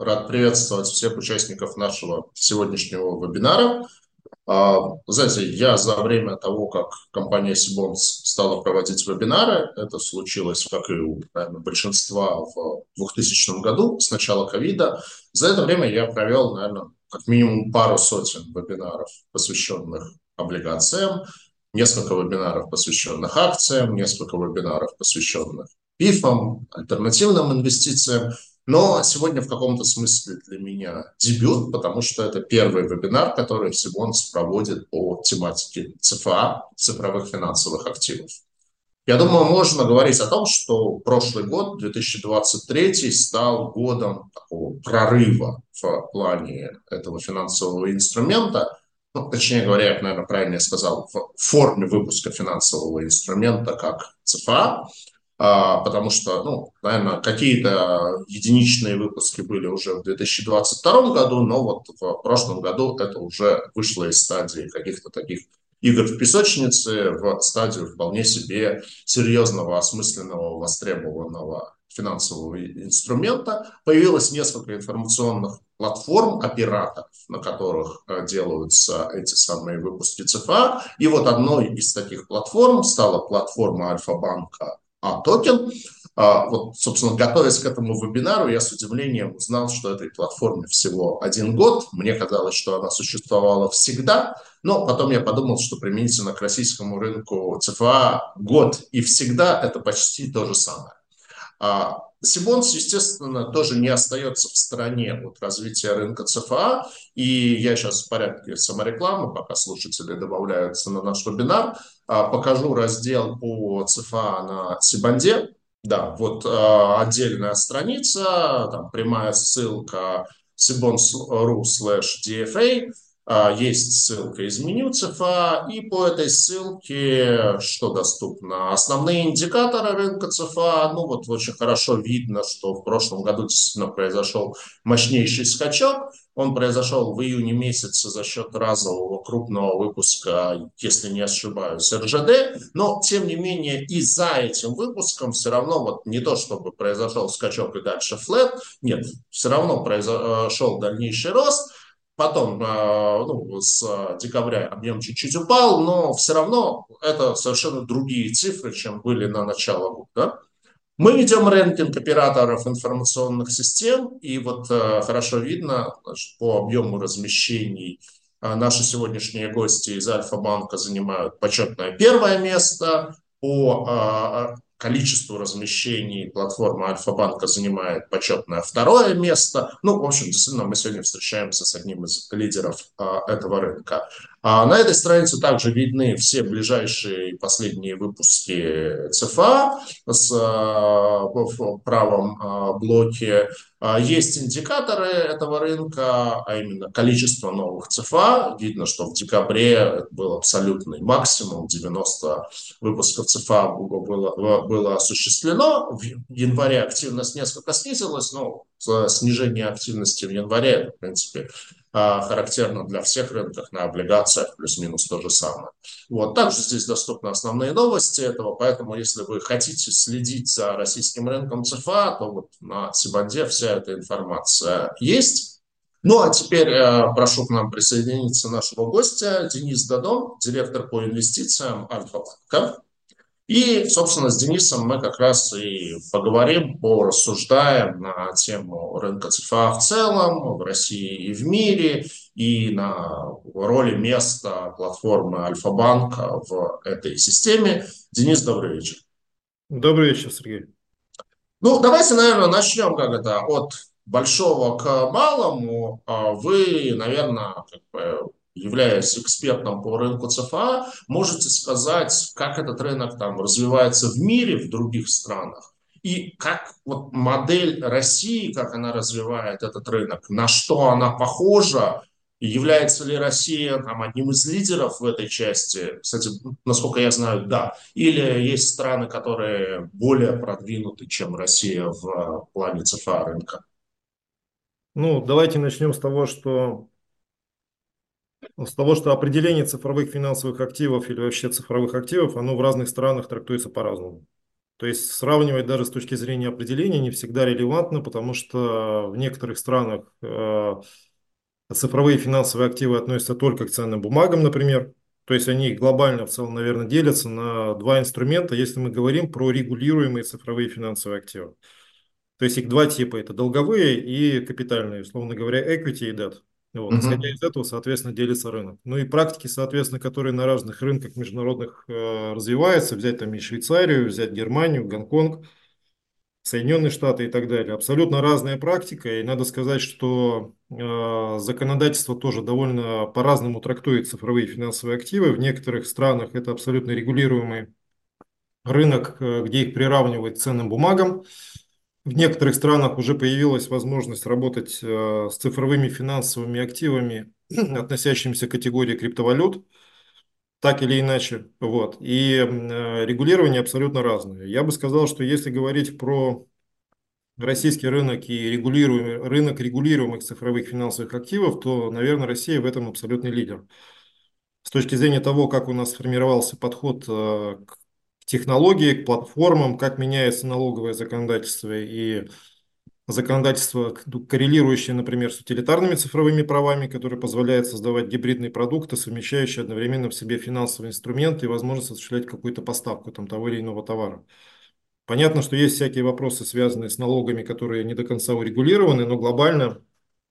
Рад приветствовать всех участников нашего сегодняшнего вебинара. Знаете, я за время того, как компания Сибонс стала проводить вебинары, это случилось, как и у, наверное, большинства в 2000 году, с начала ковида, за это время я провел, наверное, как минимум пару сотен вебинаров, посвященных облигациям, несколько вебинаров, посвященных акциям, несколько вебинаров, посвященных ПИФам, альтернативным инвестициям. Но сегодня в каком-то смысле для меня дебют, потому что это первый вебинар, который Сибонс проводит по тематике ЦФА, цифровых финансовых активов. Я думаю, можно говорить о том, что прошлый год, 2023, стал годом такого прорыва в плане этого финансового инструмента. Ну, точнее говоря, я, наверное, правильно сказал, в форме выпуска финансового инструмента как ЦФА. Потому что, ну, наверное, какие-то единичные выпуски были уже в 2022 году, но вот в прошлом году это уже вышло из стадии каких-то таких игр в песочнице в стадию вполне себе серьезного, осмысленного, востребованного финансового инструмента. Появилось несколько информационных платформ, операторов, на которых делаются эти самые выпуски ЦФА. И вот одной из таких платформ стала платформа Альфа-банка токен. Вот, собственно, готовясь к этому вебинару, я с удивлением узнал, что этой платформе всего 1 год. Мне казалось, что она существовала всегда, но потом я подумал, что применительно к российскому рынку ЦФА год и всегда это почти то же самое. Сибонс, естественно, тоже не остается в стороне от развития рынка ЦФА. И я сейчас в порядке саморекламы, пока слушатели добавляются на наш вебинар, покажу раздел по ЦФА на Сибанде. Да, вот отдельная страница, там прямая ссылка sibons.ru/DFA. Есть ссылка из меню ЦФА, и по этой ссылке что доступно? Основные индикаторы рынка ЦФА, ну вот очень хорошо видно, что в прошлом году действительно произошел мощнейший скачок. Он произошел в июне месяце за счет разового крупного выпуска, если не ошибаюсь, РЖД, но тем не менее и за этим выпуском все равно вот не то, чтобы произошел скачок и дальше флэт, нет, все равно произошел дальнейший рост. Потом, ну, с декабря объем чуть-чуть упал, но все равно это совершенно другие цифры, чем были на начало года. Мы ведем рэнкинг операторов информационных систем, и вот хорошо видно, значит, по объему размещений наши сегодняшние гости из Альфа-банка занимают почетное первое место, по количеству размещений платформа Альфа-банка занимает почетное второе место. Ну, в общем, действительно, мы сегодня встречаемся с одним из лидеров этого рынка. На этой странице также видны все ближайшие последние выпуски ЦФА в правом блоке. Есть индикаторы этого рынка, а именно количество новых ЦФА. Видно, что в декабре был абсолютный максимум, 90 выпусков ЦФА было осуществлено. В январе активность несколько снизилась, но снижение активности в январе, это, в принципе, характерно для всех рынков, на облигациях плюс-минус то же самое. Вот. Также здесь доступны основные новости этого, поэтому если вы хотите следить за российским рынком ЦФА, то вот на Сибанде вся эта информация есть. Ну а теперь прошу к нам присоединиться нашего гостя Денис Дадон, директор по инвестициям Альфа-банка. И, собственно, с Денисом мы как раз и поговорим, порассуждаем на тему рынка ЦФА в целом, в России и в мире, и на роли места платформы Альфа-банка в этой системе. Денис, добрый вечер. Добрый вечер, Сергей. Ну, давайте, наверное, начнем как это от большого к малому. Вы, наверное, как бы, являясь экспертом по рынку ЦФА, можете сказать, как этот рынок там развивается в мире, в других странах, и как вот модель России, как она развивает этот рынок, на что она похожа, и является ли Россия там, одним из лидеров в этой части? Кстати, насколько я знаю, да. Или есть страны, которые более продвинуты, чем Россия в плане ЦФА рынка? Ну, давайте начнем с того, что определение цифровых финансовых активов или вообще цифровых активов, оно в разных странах трактуется по-разному. То есть сравнивать даже с точки зрения определения не всегда релевантно, потому что в некоторых странах цифровые финансовые активы относятся только к ценным бумагам, например. То есть они глобально в целом, наверное, делятся на два инструмента, если мы говорим про регулируемые цифровые финансовые активы. То есть их два типа, это долговые и капитальные, условно говоря, equity и debt. Вот. Исходя Мгм. из этого, соответственно, делится рынок. Ну и практики, соответственно, которые на разных рынках международных развиваются, взять там и Швейцарию, взять Германию, Гонконг, Соединенные Штаты и так далее. Абсолютно разная практика, и надо сказать, что законодательство тоже довольно по-разному трактует цифровые финансовые активы. В некоторых странах это абсолютно регулируемый рынок, где их приравнивают к ценным бумагам. В некоторых странах уже появилась возможность работать с цифровыми финансовыми активами, относящимися к категории криптовалют, так или иначе. Вот. И регулирование абсолютно разное. Я бы сказал, что если говорить про российский рынок и рынок регулируемых цифровых финансовых активов, то, наверное, Россия в этом абсолютный лидер. С точки зрения того, как у нас сформировался подход к технологии, к платформам, как меняется налоговое законодательство и законодательство, коррелирующее, например, с утилитарными цифровыми правами, которые позволяют создавать гибридные продукты, совмещающие одновременно в себе финансовые инструменты и возможность осуществлять какую-то поставку там, того или иного товара. Понятно, что есть всякие вопросы, связанные с налогами, которые не до конца урегулированы, но глобально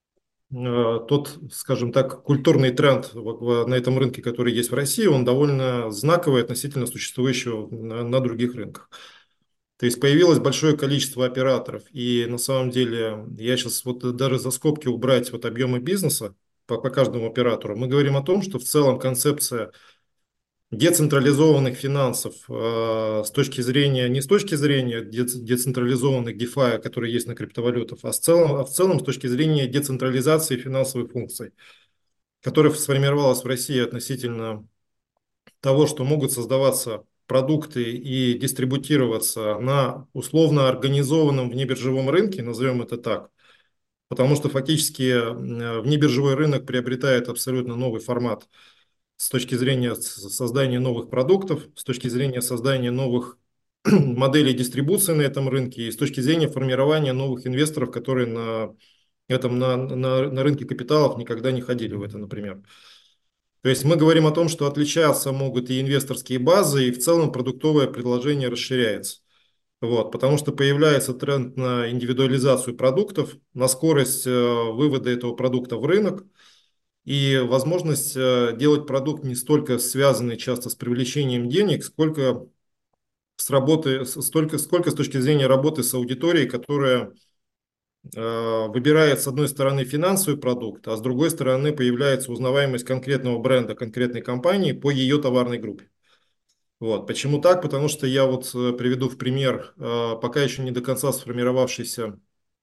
тот, скажем так, культурный тренд на этом рынке, который есть в России, он довольно знаковый относительно существующего на других рынках. То есть появилось большое количество операторов, и на самом деле я сейчас вот даже за скобки убрать вот объемы бизнеса по каждому оператору, мы говорим о том, что в целом концепция децентрализованных финансов с точки зрения, не с точки зрения децентрализованных DeFi, которые есть на криптовалютах, в целом с точки зрения децентрализации финансовых функций, которая сформировалась в России относительно того, что могут создаваться продукты и дистрибутироваться на условно организованном внебиржевом рынке, назовем это так, потому что фактически внебиржевой рынок приобретает абсолютно новый формат с точки зрения создания новых продуктов, с точки зрения создания новых моделей дистрибуции на этом рынке и с точки зрения формирования новых инвесторов, которые на рынке капиталов никогда не ходили в это, например. То есть мы говорим о том, что отличаться могут и инвесторские базы, и в целом продуктовое предложение расширяется. Вот, потому что появляется тренд на индивидуализацию продуктов, на скорость вывода этого продукта в рынок и возможность делать продукт не столько связанный часто с привлечением денег, сколько с точки зрения работы с аудиторией, которая выбирает с одной стороны финансовый продукт, а с другой стороны появляется узнаваемость конкретного бренда, конкретной компании по ее товарной группе. Вот. Почему так? Потому что я вот приведу в пример пока еще не до конца сформировавшийся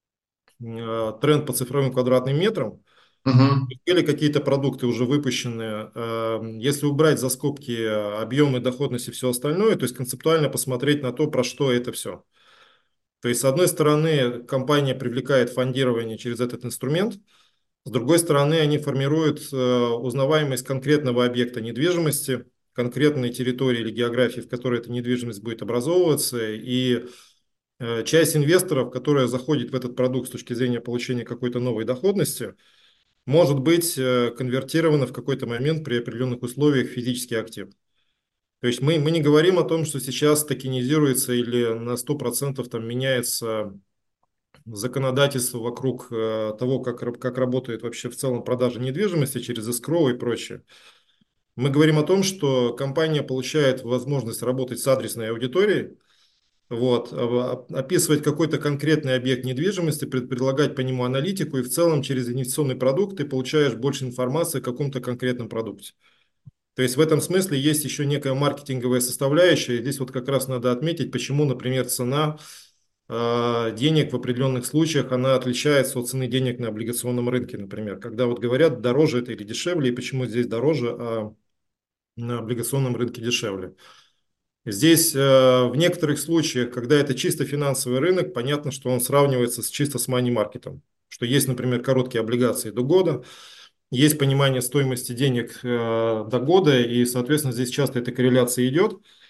тренд по цифровым квадратным метрам. Мгм. Были какие-то продукты уже выпущенные. Если убрать за скобки объемы, доходность и все остальное, то есть концептуально посмотреть на то, про что это все. То есть, с одной стороны, компания привлекает фондирование через этот инструмент, с другой стороны, они формируют узнаваемость конкретного объекта недвижимости, конкретной территории или географии, в которой эта недвижимость будет образовываться, и часть инвесторов, которая заходит в этот продукт с точки зрения получения какой-то новой доходности, может быть конвертирована в какой-то момент при определенных условиях в физический актив. То есть мы не говорим о том, что сейчас токенизируется или на 100% там меняется законодательство вокруг того, как работает вообще в целом продажа недвижимости через escrow и прочее. Мы говорим о том, что компания получает возможность работать с адресной аудиторией, вот, описывать какой-то конкретный объект недвижимости, предлагать по нему аналитику, и в целом через инвестиционный продукт ты получаешь больше информации о каком-то конкретном продукте. То есть в этом смысле есть еще некая маркетинговая составляющая. И здесь вот как раз надо отметить, почему, например, цена денег в определенных случаях, она отличается от цены денег на облигационном рынке, например. Когда вот говорят, дороже это или дешевле, и почему здесь дороже, а на облигационном рынке дешевле. Здесь в некоторых случаях, когда это чисто финансовый рынок, понятно, что он сравнивается чисто с мани-маркетом. Что есть, например, короткие облигации до года, есть понимание стоимости денег до года, и, соответственно, здесь часто эта корреляция идет.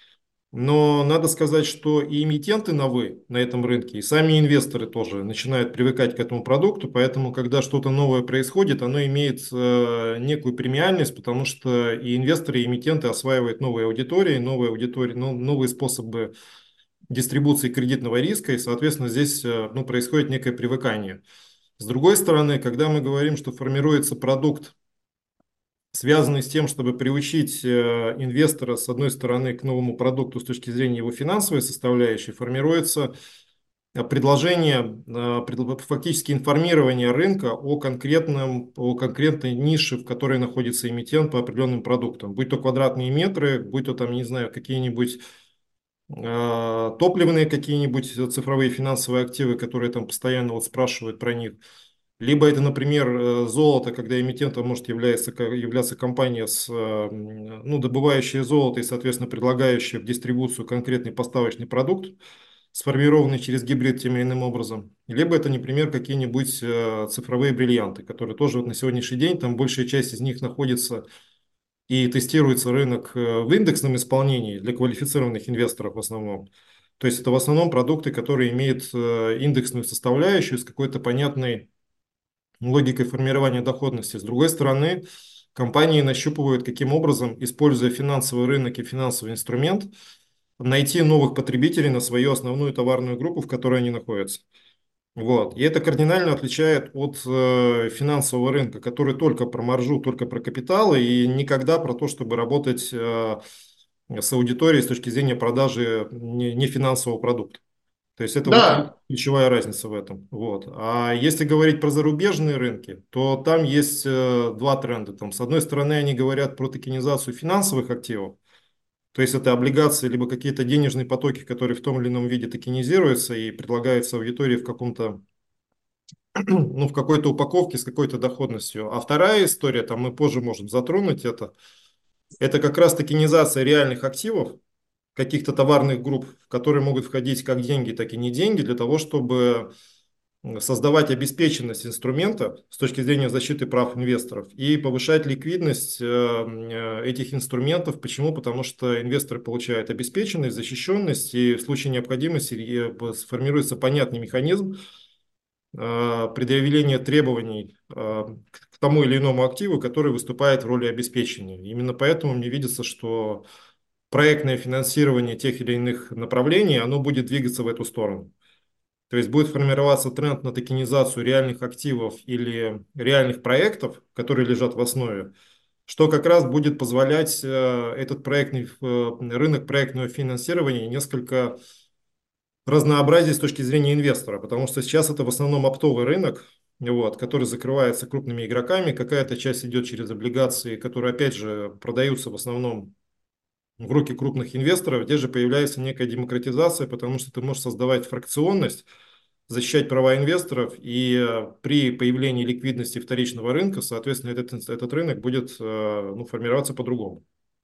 Но надо сказать, что и эмитенты на «вы» на этом рынке, и сами инвесторы тоже начинают привыкать к этому продукту, поэтому, когда что-то новое происходит, оно имеет некую премиальность, потому что и инвесторы, и эмитенты осваивают новые аудитории, новые способы дистрибуции кредитного риска, и, соответственно, здесь ну, происходит некое привыкание. С другой стороны, когда мы говорим, что формируется продукт, связанный с тем, чтобы приучить инвестора, с одной стороны, к новому продукту с точки зрения его финансовой составляющей, формируется предложение, фактически информирование рынка о конкретной нише, в которой находится эмитент по определенным продуктам, будь то квадратные метры, будь то там, не знаю, какие-нибудь топливные какие-нибудь цифровые финансовые активы, которые там постоянно вот спрашивают про них. Либо это, например, золото, когда эмитентом может являться компания, ну, добывающая золото и, соответственно, предлагающая в дистрибуцию конкретный поставочный продукт, сформированный через гибрид тем или иным образом. Либо это, например, какие-нибудь цифровые бриллианты, которые тоже вот на сегодняшний день, там большая часть из них находится и тестируется рынок в индексном исполнении для квалифицированных инвесторов в основном. То есть это в основном продукты, которые имеют индексную составляющую с какой-то понятной логикой формирования доходности. С другой стороны, компании нащупывают, каким образом, используя финансовый рынок и финансовый инструмент, найти новых потребителей на свою основную товарную группу, в которой они находятся. Вот. И это кардинально отличает от финансового рынка, который только про маржу, только про капиталы и никогда про то, чтобы работать с аудиторией с точки зрения продажи не финансового продукта. То есть это вот Да, ключевая разница в этом. Вот. А если говорить про зарубежные рынки, то там есть два тренда. Там, с одной стороны, они говорят про токенизацию финансовых активов, то есть это облигации, либо какие-то денежные потоки, которые в том или ином виде токенизируются и предлагаются аудитории в каком-то, ну, в какой-то упаковке с какой-то доходностью. А вторая история, там мы позже можем затронуть это как раз токенизация реальных активов, каких-то товарных групп, в которые могут входить как деньги, так и не деньги, для того, чтобы создавать обеспеченность инструмента с точки зрения защиты прав инвесторов и повышать ликвидность этих инструментов. Почему? Потому что инвесторы получают обеспеченность, защищенность, и в случае необходимости сформируется понятный механизм предъявления требований к тому или иному активу, который выступает в роли обеспечения. Именно поэтому мне видится, что проектное финансирование тех или иных направлений, оно будет двигаться в эту сторону. То есть будет формироваться тренд на токенизацию реальных активов или реальных проектов, которые лежат в основе, что как раз будет позволять этот рынок проектного финансирования несколько разнообразить с точки зрения инвестора, потому что сейчас это в основном оптовый рынок, вот, который закрывается крупными игроками, какая-то часть идет через облигации, которые, опять же, продаются в основном в руки крупных инвесторов, где же появляется некая демократизация, потому что ты можешь создавать фракционность, защищать права инвесторов, и при появлении ликвидности вторичного рынка, соответственно, этот рынок будет ну, формироваться по-другому.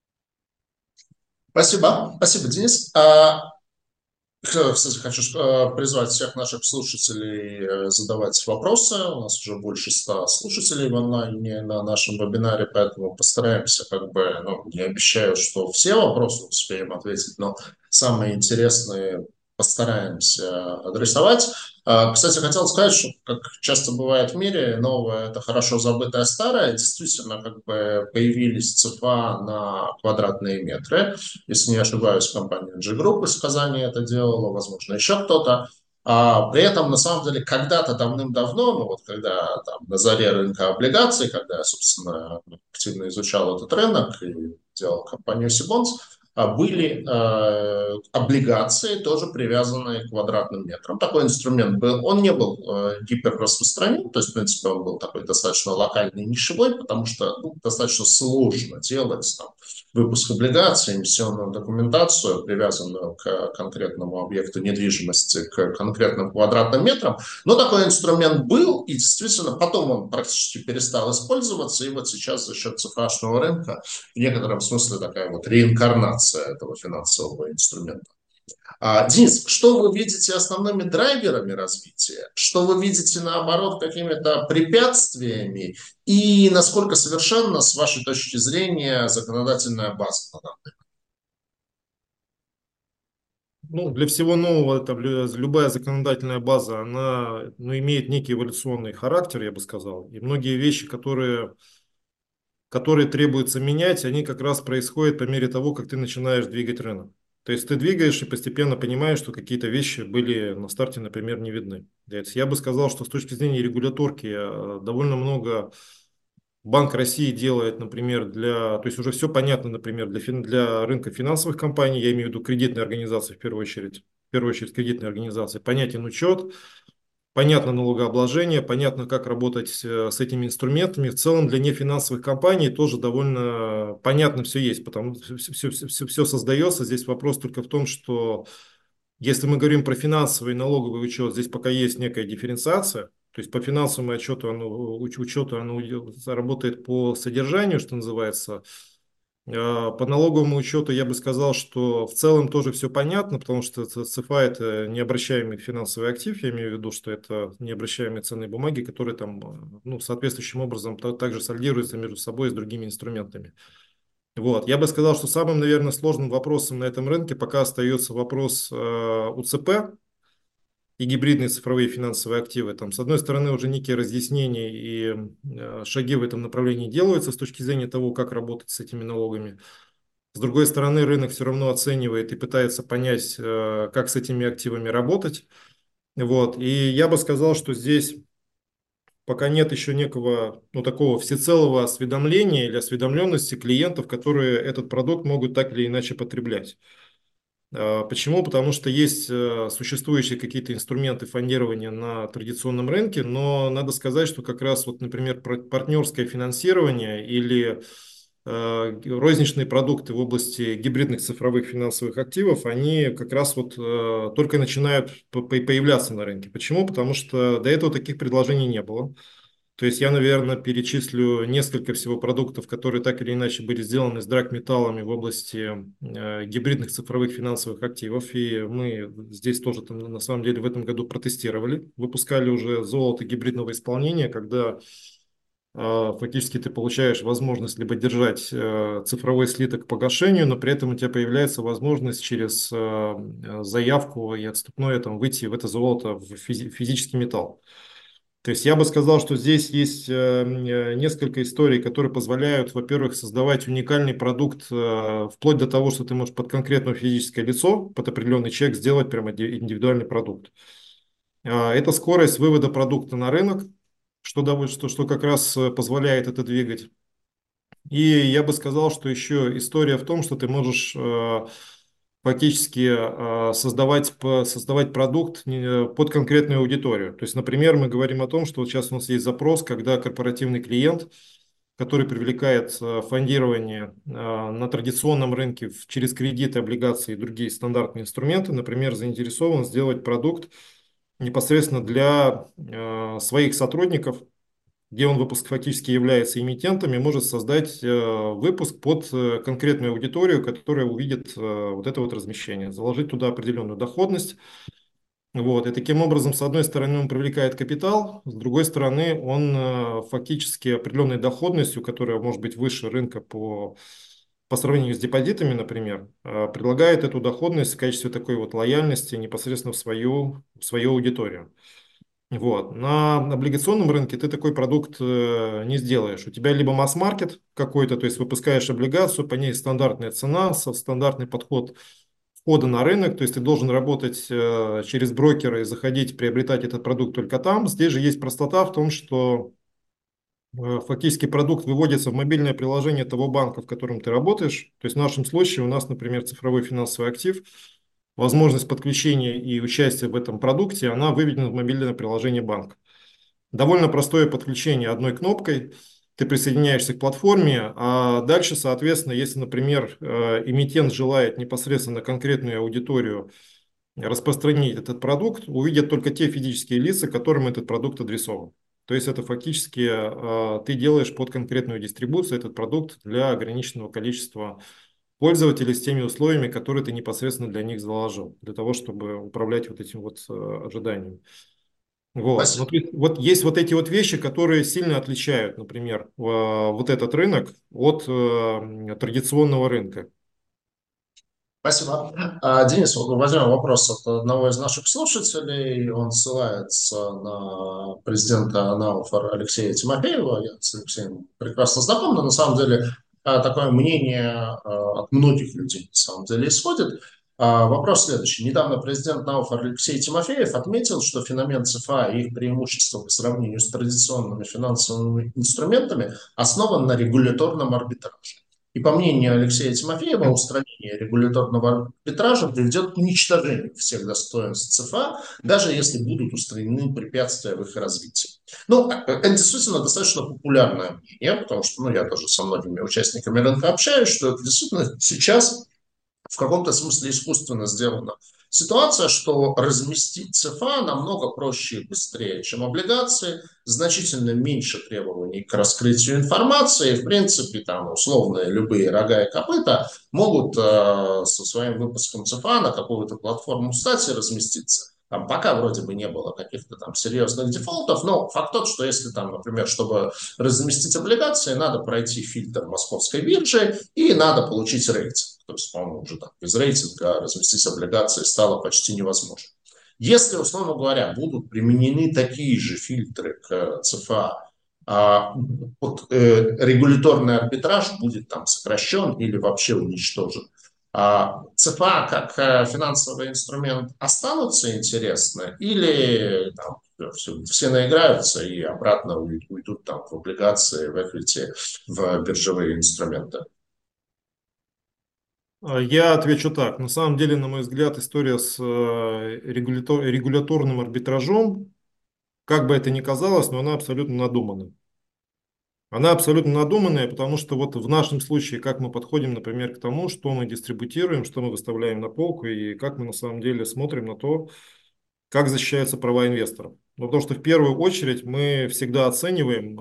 спасибо. Спасибо, Денис. Кстати, хочу призвать всех наших слушателей задавать вопросы. У нас уже больше 100 слушателей в онлайне на нашем вебинаре, поэтому постараемся, как бы, ну, не обещаю, что все вопросы успеем ответить, но самые интересные постараемся адресовать. Кстати, хотел сказать, что, как часто бывает в мире, новое – это хорошо забытое старое. Действительно, как бы появились ЦФА на квадратные метры. Если не ошибаюсь, компания G-Group из Казани это делала, возможно, еще кто-то. При этом, на самом деле, когда-то давным-давно, ну вот когда там на заре рынка облигаций, когда я, собственно, активно изучал этот рынок и делал компанию Сибонс, были облигации, тоже привязанные к квадратным метрам. Такой инструмент был. Он не был гиперраспространен, то есть, в принципе, он был такой достаточно локальный, нишевой, потому что ну, достаточно сложно делать там, выпуск облигаций, эмиссионную документацию, привязанную к конкретному объекту недвижимости, к конкретным квадратным метрам. Но такой инструмент был, и действительно потом он практически перестал использоваться, и вот сейчас за счет цифрового рынка в некотором смысле такая вот реинкарнация этого финансового инструмента. Денис, что вы видите основными драйверами развития? Что вы видите, наоборот, какими-то препятствиями? И насколько совершенно, с вашей точки зрения, законодательная база на данный момент? Ну, для всего нового это любая законодательная база, она, ну, имеет некий эволюционный характер, я бы сказал. И многие вещи, которые требуется менять, они как раз происходят по мере того, как ты начинаешь двигать рынок. То есть ты двигаешь и постепенно понимаешь, что какие-то вещи были на старте, например, не видны. То есть я бы сказал, что с точки зрения регуляторки довольно много Банк России делает, например, то есть уже все понятно, например, для рынка финансовых компаний, я имею в виду кредитные организации в первую очередь кредитные организации, понятен учет, понятно налогообложение, понятно, как работать с этими инструментами. В целом для нефинансовых компаний тоже довольно понятно все есть, потому что все создается. Здесь вопрос только в том, что если мы говорим про финансовый и налоговый учет, здесь пока есть некая дифференциация. То есть по финансовому отчету учету оно работает по содержанию, что называется. По налоговому учету я бы сказал, что в целом тоже все понятно, потому что ЦФА это необращаемый финансовый актив, я имею в виду, что это необращаемые ценные бумаги, которые там ну, соответствующим образом также сольдируются между собой и с другими инструментами. Вот. Я бы сказал, что самым, наверное, сложным вопросом на этом рынке пока остается вопрос УЦП и гибридные цифровые финансовые активы. Там, с одной стороны, уже некие разъяснения и шаги в этом направлении делаются с точки зрения того, как работать с этими налогами. С другой стороны, рынок все равно оценивает и пытается понять, как с этими активами работать. Вот. И я бы сказал, что здесь пока нет еще некого, ну, такого всецелого осведомления или осведомленности клиентов, которые этот продукт могут так или иначе потреблять. Почему? Потому что есть существующие какие-то инструменты фондирования на традиционном рынке, но надо сказать, что как раз вот, например, партнерское финансирование или розничные продукты в области гибридных цифровых финансовых активов, они как раз вот только начинают появляться на рынке. Почему? Потому что до этого таких предложений не было. То есть я, наверное, перечислю несколько всего продуктов, которые так или иначе были сделаны с драгметаллами в области гибридных цифровых финансовых активов. И мы здесь тоже там, на самом деле в этом году протестировали. Выпускали уже золото гибридного исполнения, когда фактически ты получаешь возможность либо держать цифровой слиток к погашению, но при этом у тебя появляется возможность через заявку и отступное там, выйти в это золото в физический металл. То есть я бы сказал, что здесь есть несколько историй, которые позволяют, во-первых, создавать уникальный продукт, вплоть до того, что ты можешь под конкретное физическое лицо, под определенный чек сделать прямо индивидуальный продукт. Это скорость вывода продукта на рынок, что как раз позволяет это двигать. И я бы сказал, что еще история в том, что ты можешь фактически создавать продукт под конкретную аудиторию. То есть, например, мы говорим о том, что вот сейчас у нас есть запрос, когда корпоративный клиент, который привлекает фондирование на традиционном рынке через кредиты, облигации и другие стандартные инструменты, например, заинтересован сделать продукт непосредственно для своих сотрудников, где он фактически является эмитентом и может создать выпуск под конкретную аудиторию, которая увидит вот это вот размещение, заложить туда определенную доходность. Вот. И таким образом, с одной стороны, он привлекает капитал, с другой стороны, он фактически определенной доходностью, которая может быть выше рынка по сравнению с депозитами, например, предлагает эту доходность в качестве такой вот лояльности непосредственно в свою аудиторию. Вот. На облигационном рынке ты такой продукт не сделаешь. У тебя либо масс-маркет какой-то, то есть выпускаешь облигацию, по ней стандартная цена, стандартный подход входа на рынок, то есть ты должен работать через брокера и заходить, приобретать этот продукт только там. Здесь же есть простота в том, что фактически продукт выводится в мобильное приложение того банка, в котором ты работаешь. То есть в нашем случае у нас, например, цифровой финансовый актив, возможность подключения и участия в этом продукте, она выведена в мобильное приложение банка. Довольно простое подключение одной кнопкой. Ты присоединяешься к платформе, а дальше, соответственно, если, например, эмитент желает непосредственно на конкретную аудиторию распространить этот продукт, увидят только те физические лица, которым этот продукт адресован. То есть это фактически ты делаешь под конкретную дистрибуцию этот продукт для ограниченного количества пользователей с теми условиями, которые ты непосредственно для них заложил, для того, чтобы управлять вот этим вот ожиданием. Вот. Ну, Спасибо. то есть, вот есть вот эти вот вещи, которые сильно отличают, например, вот этот рынок от традиционного рынка. Спасибо. Денис, вот возьмем вопрос от одного из наших слушателей. Он ссылается на президента НАУФОР Алексея Тимофеева. Я с Алексеем прекрасно знаком, но на самом деле такое мнение от многих людей на самом деле исходит. Вопрос следующий. Недавно президент НАУФОР Алексей Тимофеев отметил, что феномен ЦФА и их преимущества по сравнению с традиционными финансовыми инструментами основан на регуляторном арбитраже. И по мнению Алексея Тимофеева, устранение регуляторного арбитража приведет к уничтожению всех достоинств ЦФА, даже если будут устранены препятствия в их развитии. Ну, это действительно достаточно популярное мнение, потому что я тоже со многими участниками рынка общаюсь, что это действительно сейчас в каком-то смысле искусственно сделана ситуация, что разместить ЦФА намного проще и быстрее, чем облигации, значительно меньше требований к раскрытию информации, в принципе, там условные любые рога и копыта могут со своим выпуском ЦФА на какую-то платформу встать и разместиться. Там пока вроде бы не было каких-то там серьезных дефолтов, но факт тот, что если там, например, чтобы разместить облигации, надо пройти фильтр московской биржи и надо получить рейтинг. То есть, по-моему, уже там без рейтинга разместить облигации стало почти невозможно. Если, условно говоря, будут применены такие же фильтры к ЦФА, регуляторный арбитраж будет там сокращен или вообще уничтожен. ЦФА как финансовый инструмент останутся интересны или там, все наиграются и обратно уйдут там, в облигации, в equity, в биржевые инструменты? Я отвечу так. На самом деле, на мой взгляд, история с регуляторным арбитражом, как бы это ни казалось, но она абсолютно надуманная. Она абсолютно надуманная, потому что вот в нашем случае, как мы подходим, например, к тому, что мы дистрибутируем, что мы выставляем на полку и как мы на самом деле смотрим на то, как защищаются права инвесторов. Ну, потому что в первую очередь мы всегда оцениваем,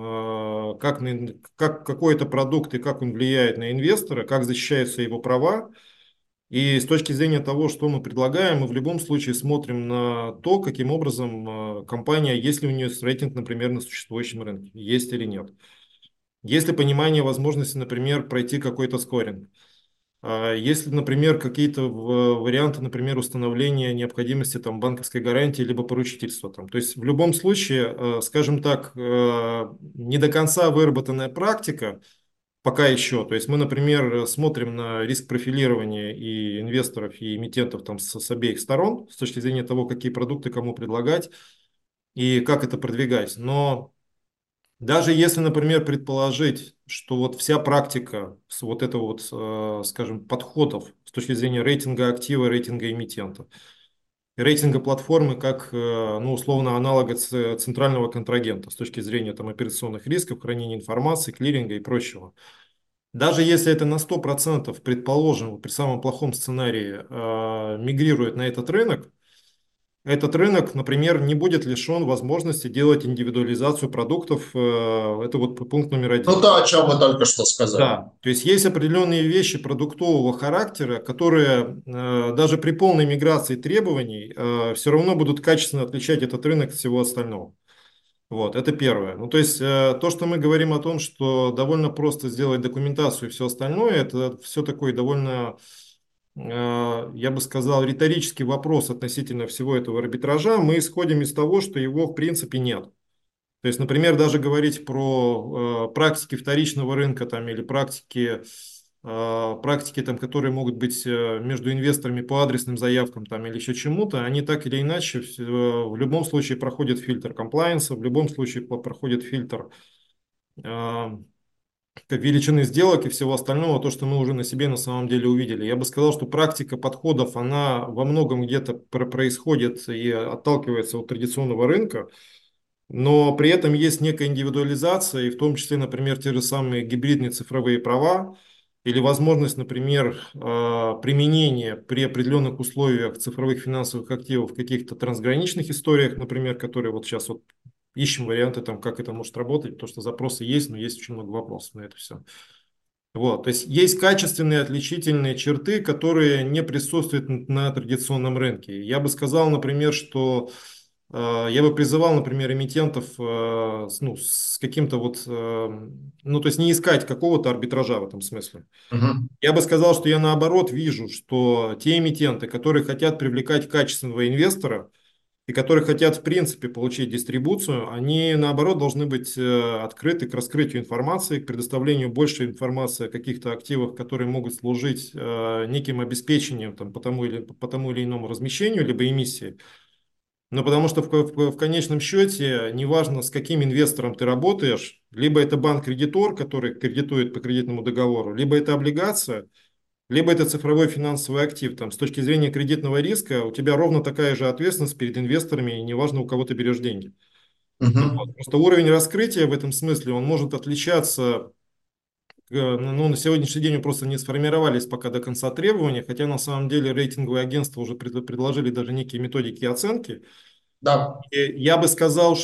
как какой-то продукт и как он влияет на инвестора, как защищаются его права. И с точки зрения того, что мы предлагаем, мы в любом случае смотрим на то, каким образом компания, есть ли у нее рейтинг, например, на существующем рынке, есть или нет. Есть ли понимание возможности, например, пройти какой-то скоринг. Есть ли, например, какие-то варианты, например, установления необходимости там, банковской гарантии либо поручительства. Там. То есть в любом случае, скажем так, не до конца выработанная практика пока еще. То есть мы, например, смотрим на риск профилирования и инвесторов, и эмитентов там, с обеих сторон, с точки зрения того, какие продукты кому предлагать и как это продвигать. Но даже если, например, предположить, что вот вся практика с вот этого вот, скажем, подходов с точки зрения рейтинга актива, рейтинга эмитента, рейтинга платформы как, ну, условно, аналога центрального контрагента с точки зрения там, операционных рисков, хранения информации, клиринга и прочего. Даже если это на 100%, предположим, при самом плохом сценарии мигрирует на этот рынок, например, не будет лишен возможности делать индивидуализацию продуктов. Это вот пункт номер Ну, один. то, о чем мы только что сказали. Да, то есть есть определенные вещи продуктового характера, которые даже при полной миграции требований все равно будут качественно отличать этот рынок от всего остального. Вот, это первое. Ну, то есть то, что мы говорим о том, что довольно просто сделать документацию и все остальное, это все такой довольно, я бы сказал, риторический вопрос относительно всего этого арбитража. Мы исходим из того, что его в принципе нет. То есть, например, даже говорить про практики вторичного рынка там, или практики там, которые могут быть между инвесторами по адресным заявкам там, или еще чему-то, они так или иначе в любом случае проходят фильтр комплайенса, в любом случае проходят фильтр э, как величины сделок и всего остального, то, что мы уже на себе на самом деле увидели. Я бы сказал, что практика подходов, она во многом где-то происходит и отталкивается от традиционного рынка, но при этом есть некая индивидуализация, и в том числе, например, те же самые гибридные цифровые права, или возможность, например, применения при определенных условиях цифровых финансовых активов в каких-то трансграничных историях, например, которые вот сейчас вот ищем варианты, там, как это может работать, потому что запросы есть, но есть очень много вопросов на это все. Вот, то есть есть качественные отличительные черты, которые не присутствуют на традиционном рынке. Я бы сказал, например, что я бы призывал, например, эмитентов ну, с каким-то вот, ну, то есть не искать какого-то арбитража в этом смысле. Мгм. Я бы сказал, что я наоборот вижу, что те эмитенты, которые хотят привлекать качественного инвестора и которые хотят в принципе получить дистрибуцию, они наоборот должны быть открыты к раскрытию информации, к предоставлению больше информации о каких-то активах, которые могут служить неким обеспечением там, по тому или иному размещению, либо эмиссии. Ну, потому что в конечном счете, неважно, с каким инвестором ты работаешь, либо это банк-кредитор, который кредитует по кредитному договору, либо это облигация, либо это цифровой финансовый актив. Там, с точки зрения кредитного риска у тебя ровно такая же ответственность перед инвесторами, и неважно, у кого ты берешь деньги. Вот. Мгм. Просто уровень раскрытия в этом смысле, он может отличаться. Ну, на сегодняшний день просто не сформировались пока до конца требования, хотя на самом деле рейтинговые агентства уже предложили даже некие методики оценки. Да. И я бы сказал,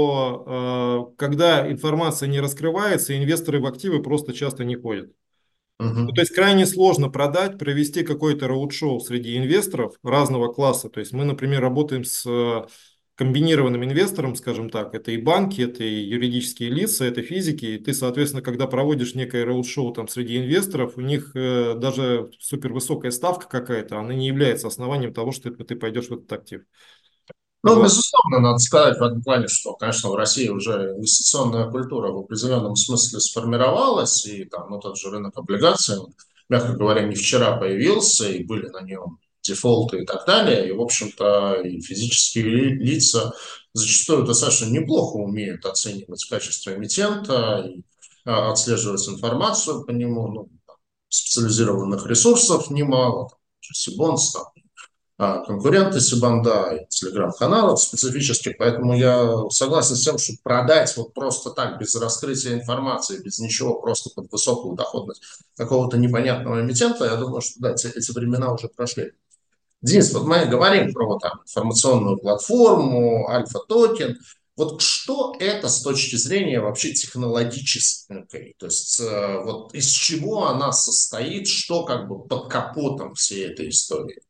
что когда информация не раскрывается, инвесторы в активы просто часто не ходят. Ну, то Мгм. есть крайне сложно продать, провести какой-то роуд-шоу среди инвесторов разного класса. То есть мы, например, работаем с комбинированным инвестором, скажем так. Это и банки, это и юридические лица, это физики. И ты, соответственно, когда проводишь некое роуд-шоу там среди инвесторов, у них даже супервысокая ставка какая-то, она не является основанием того, что ты пойдешь в этот актив. Ну, Вот. безусловно, надо сказать в этом плане, что, конечно, в России уже инвестиционная культура в определенном смысле сформировалась, и там, ну, тот же рынок облигаций, он, мягко говоря, не вчера появился, и были на нем дефолты и так далее, и, в общем-то, и физические лица зачастую достаточно неплохо умеют оценивать качество эмитента и отслеживать информацию по нему, ну, там, специализированных ресурсов немало, там, Сибонс, там, конкуренты Сибанда и телеграм-каналов специфических, поэтому я согласен с тем, что продать вот просто так, без раскрытия информации, без ничего, просто под высокую доходность какого-то непонятного эмитента, я думаю, что да, эти времена уже прошли. Денис, вот мы говорим про вот, там, информационную платформу, альфа-токен. Вот что это с точки зрения вообще технологической? То есть вот из чего она состоит, что как бы под капотом всей этой истории?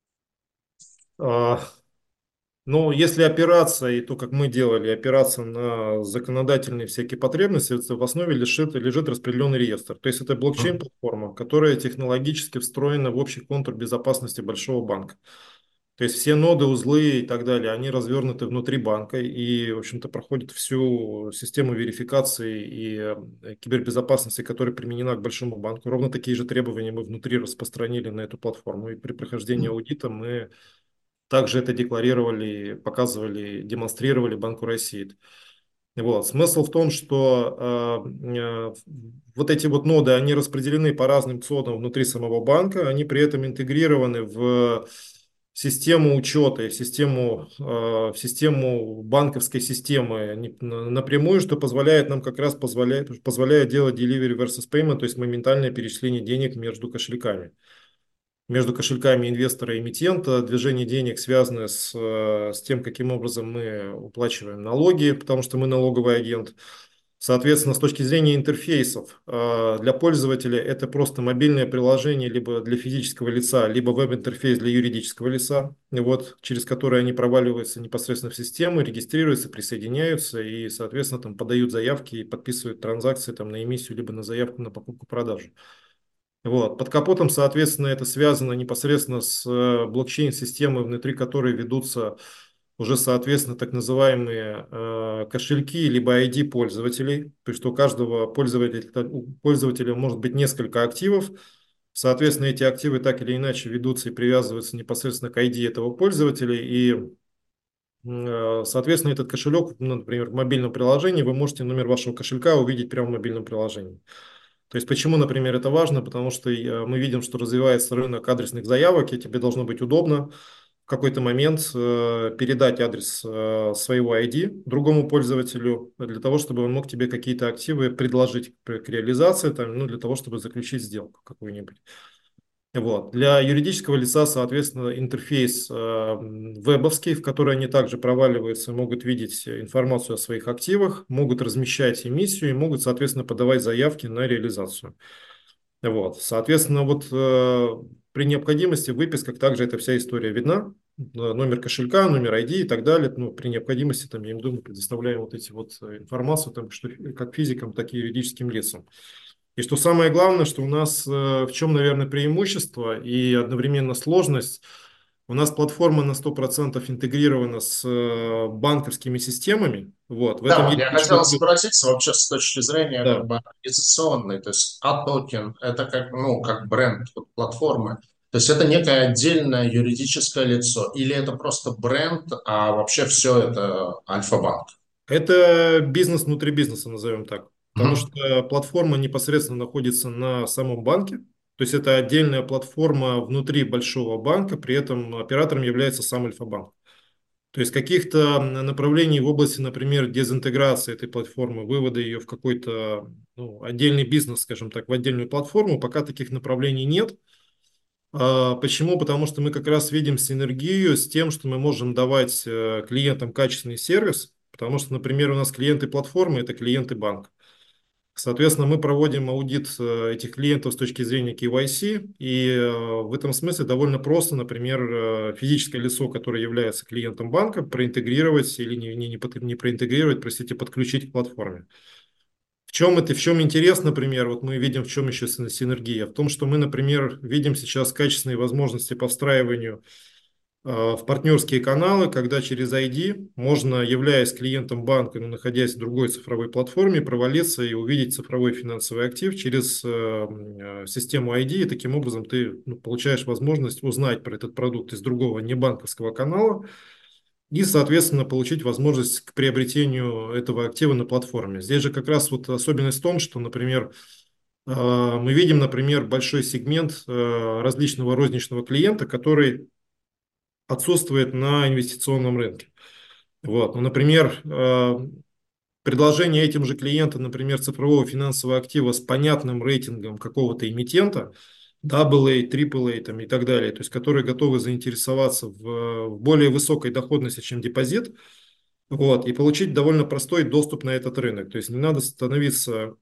А, Ну, если опираться, и то, как мы делали, опираться на законодательные всякие потребности, это в основе лежит распределенный реестр. То есть это блокчейн-платформа, которая технологически встроена в общий контур безопасности большого банка. То есть все ноды, узлы и так далее, они развернуты внутри банка и, в общем-то, проходят всю систему верификации и кибербезопасности, которая применена к большому банку. Ровно такие же требования мы внутри распространили на эту платформу. И при прохождении аудита мы также это декларировали, показывали, демонстрировали Банку России. Вот. Смысл в том, что вот эти вот ноды, они распределены по разным цодам внутри самого банка, они при этом интегрированы в систему учета и в систему банковской системы напрямую, что позволяет нам как раз позволяет делать delivery versus payment, то есть моментальное перечисление денег между кошельками инвестора и эмитента, движение денег, связанное с тем, каким образом мы уплачиваем налоги, потому что мы налоговый агент. Соответственно, с точки зрения интерфейсов, для пользователя это просто мобильное приложение либо для физического лица, либо веб-интерфейс для юридического лица, вот, через которое они проваливаются непосредственно в систему, регистрируются, присоединяются и, соответственно, там подают заявки и подписывают транзакции там, на эмиссию, либо на заявку на покупку-продажу. Вот. Под капотом, соответственно, это связано непосредственно с блокчейн-системой, внутри которой ведутся уже, соответственно, так называемые кошельки либо ID пользователей. То есть у каждого у пользователя может быть несколько активов. Соответственно, эти активы так или иначе ведутся и привязываются непосредственно к ID этого пользователя. И, соответственно, этот кошелек, ну, например, в мобильном приложении, вы можете номер вашего кошелька увидеть прямо в мобильном приложении. То есть почему, например, это важно? Потому что мы видим, что развивается рынок адресных заявок, и тебе должно быть удобно в какой-то момент передать адрес своего ID другому пользователю для того, чтобы он мог тебе какие-то активы предложить к реализации, там, ну, для того, чтобы заключить сделку какую-нибудь. Вот. Для юридического лица, соответственно, интерфейс вебовский, в который они также проваливаются, могут видеть информацию о своих активах, могут размещать эмиссию и могут, соответственно, подавать заявки на реализацию. Вот. Соответственно, вот при необходимости в выписках также эта вся история видна. номер кошелька, номер ID и так далее. Ну, при необходимости там, я им думаю, предоставляем вот эти вот информацию, там, что как физикам, так и юридическим лицам. И что самое главное, что у нас в чем, наверное, преимущество и одновременно сложность, у нас платформа на 100% интегрирована с банковскими системами. Вот. В Да, этом вот есть я большой хотел плюс. спросить вообще с точки зрения как Да. бы организационной, то есть токен это как, ну, как бренд вот, платформы, то есть это некое отдельное юридическое лицо или это просто бренд, а вообще все это Альфа-банк? Это бизнес внутри бизнеса, назовем так. Потому Мгм. что платформа непосредственно находится на самом банке. То есть это отдельная платформа внутри большого банка, при этом оператором является сам Альфа-банк. То есть каких-то направлений в области, например, дезинтеграции этой платформы, вывода ее в какой-то ну, отдельный бизнес, скажем так, в отдельную платформу, пока таких направлений нет. Почему? Потому что мы как раз видим синергию с тем, что мы можем давать клиентам качественный сервис, потому что, например, у нас клиенты платформы– это клиенты банка. Соответственно, мы проводим аудит этих клиентов с точки зрения KYC, и в этом смысле довольно просто, например, физическое лицо, которое является клиентом банка, проинтегрировать или не проинтегрировать, простите, подключить к платформе. В чем это, в чем интерес, например, вот мы видим, в чем еще синергия, в том, что мы, например, видим сейчас качественные возможности по встраиванию в партнерские каналы, когда через ID можно, являясь клиентом банка, но находясь в другой цифровой платформе, провалиться и увидеть цифровой финансовый актив через систему ID, и таким образом ты ну, получаешь возможность узнать про этот продукт из другого небанковского канала и, соответственно, получить возможность к приобретению этого актива на платформе. Здесь же как раз вот особенность в том, что, например, мы видим, например, большой сегмент различного розничного клиента, который отсутствует на инвестиционном рынке. Вот. Ну, например, предложение этим же клиентам, например, цифрового финансового актива с понятным рейтингом какого-то эмитента, AA, AAA там, и так далее, то есть которые готовы заинтересоваться в более высокой доходности, чем депозит, вот, и получить довольно простой доступ на этот рынок. То есть не надо становиться,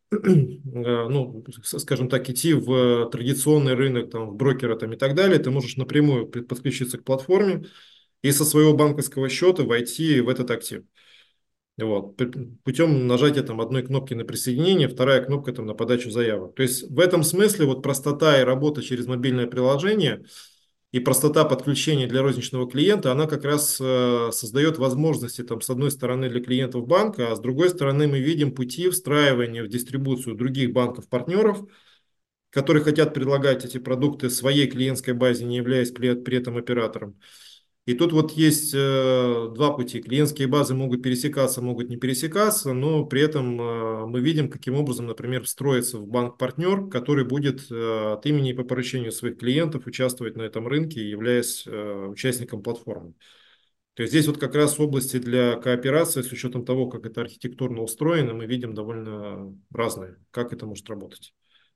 ну, скажем так, идти в традиционный рынок, там, в брокера там, и так далее. Ты можешь напрямую подключиться к платформе и со своего банковского счета войти в этот актив. Вот, путем нажатия там, одной кнопки на присоединение, вторая кнопка там, на подачу заявок. То есть в этом смысле вот простота и работа через мобильное приложение и простота подключения для розничного клиента, она как раз создает возможности там, с одной стороны для клиентов банка, а с другой стороны мы видим пути встраивания в дистрибуцию других банков-партнеров, которые хотят предлагать эти продукты своей клиентской базе, не являясь при этом оператором. И тут вот есть два пути. Клиентские базы могут пересекаться, могут не пересекаться, но при этом мы видим, каким образом, например, встроиться в банк-партнер, который будет от имени и по поручению своих клиентов участвовать на этом рынке, являясь участником платформы. То есть здесь вот как раз области для кооперации с учетом того, как это архитектурно устроено, мы видим довольно разные, как это может работать.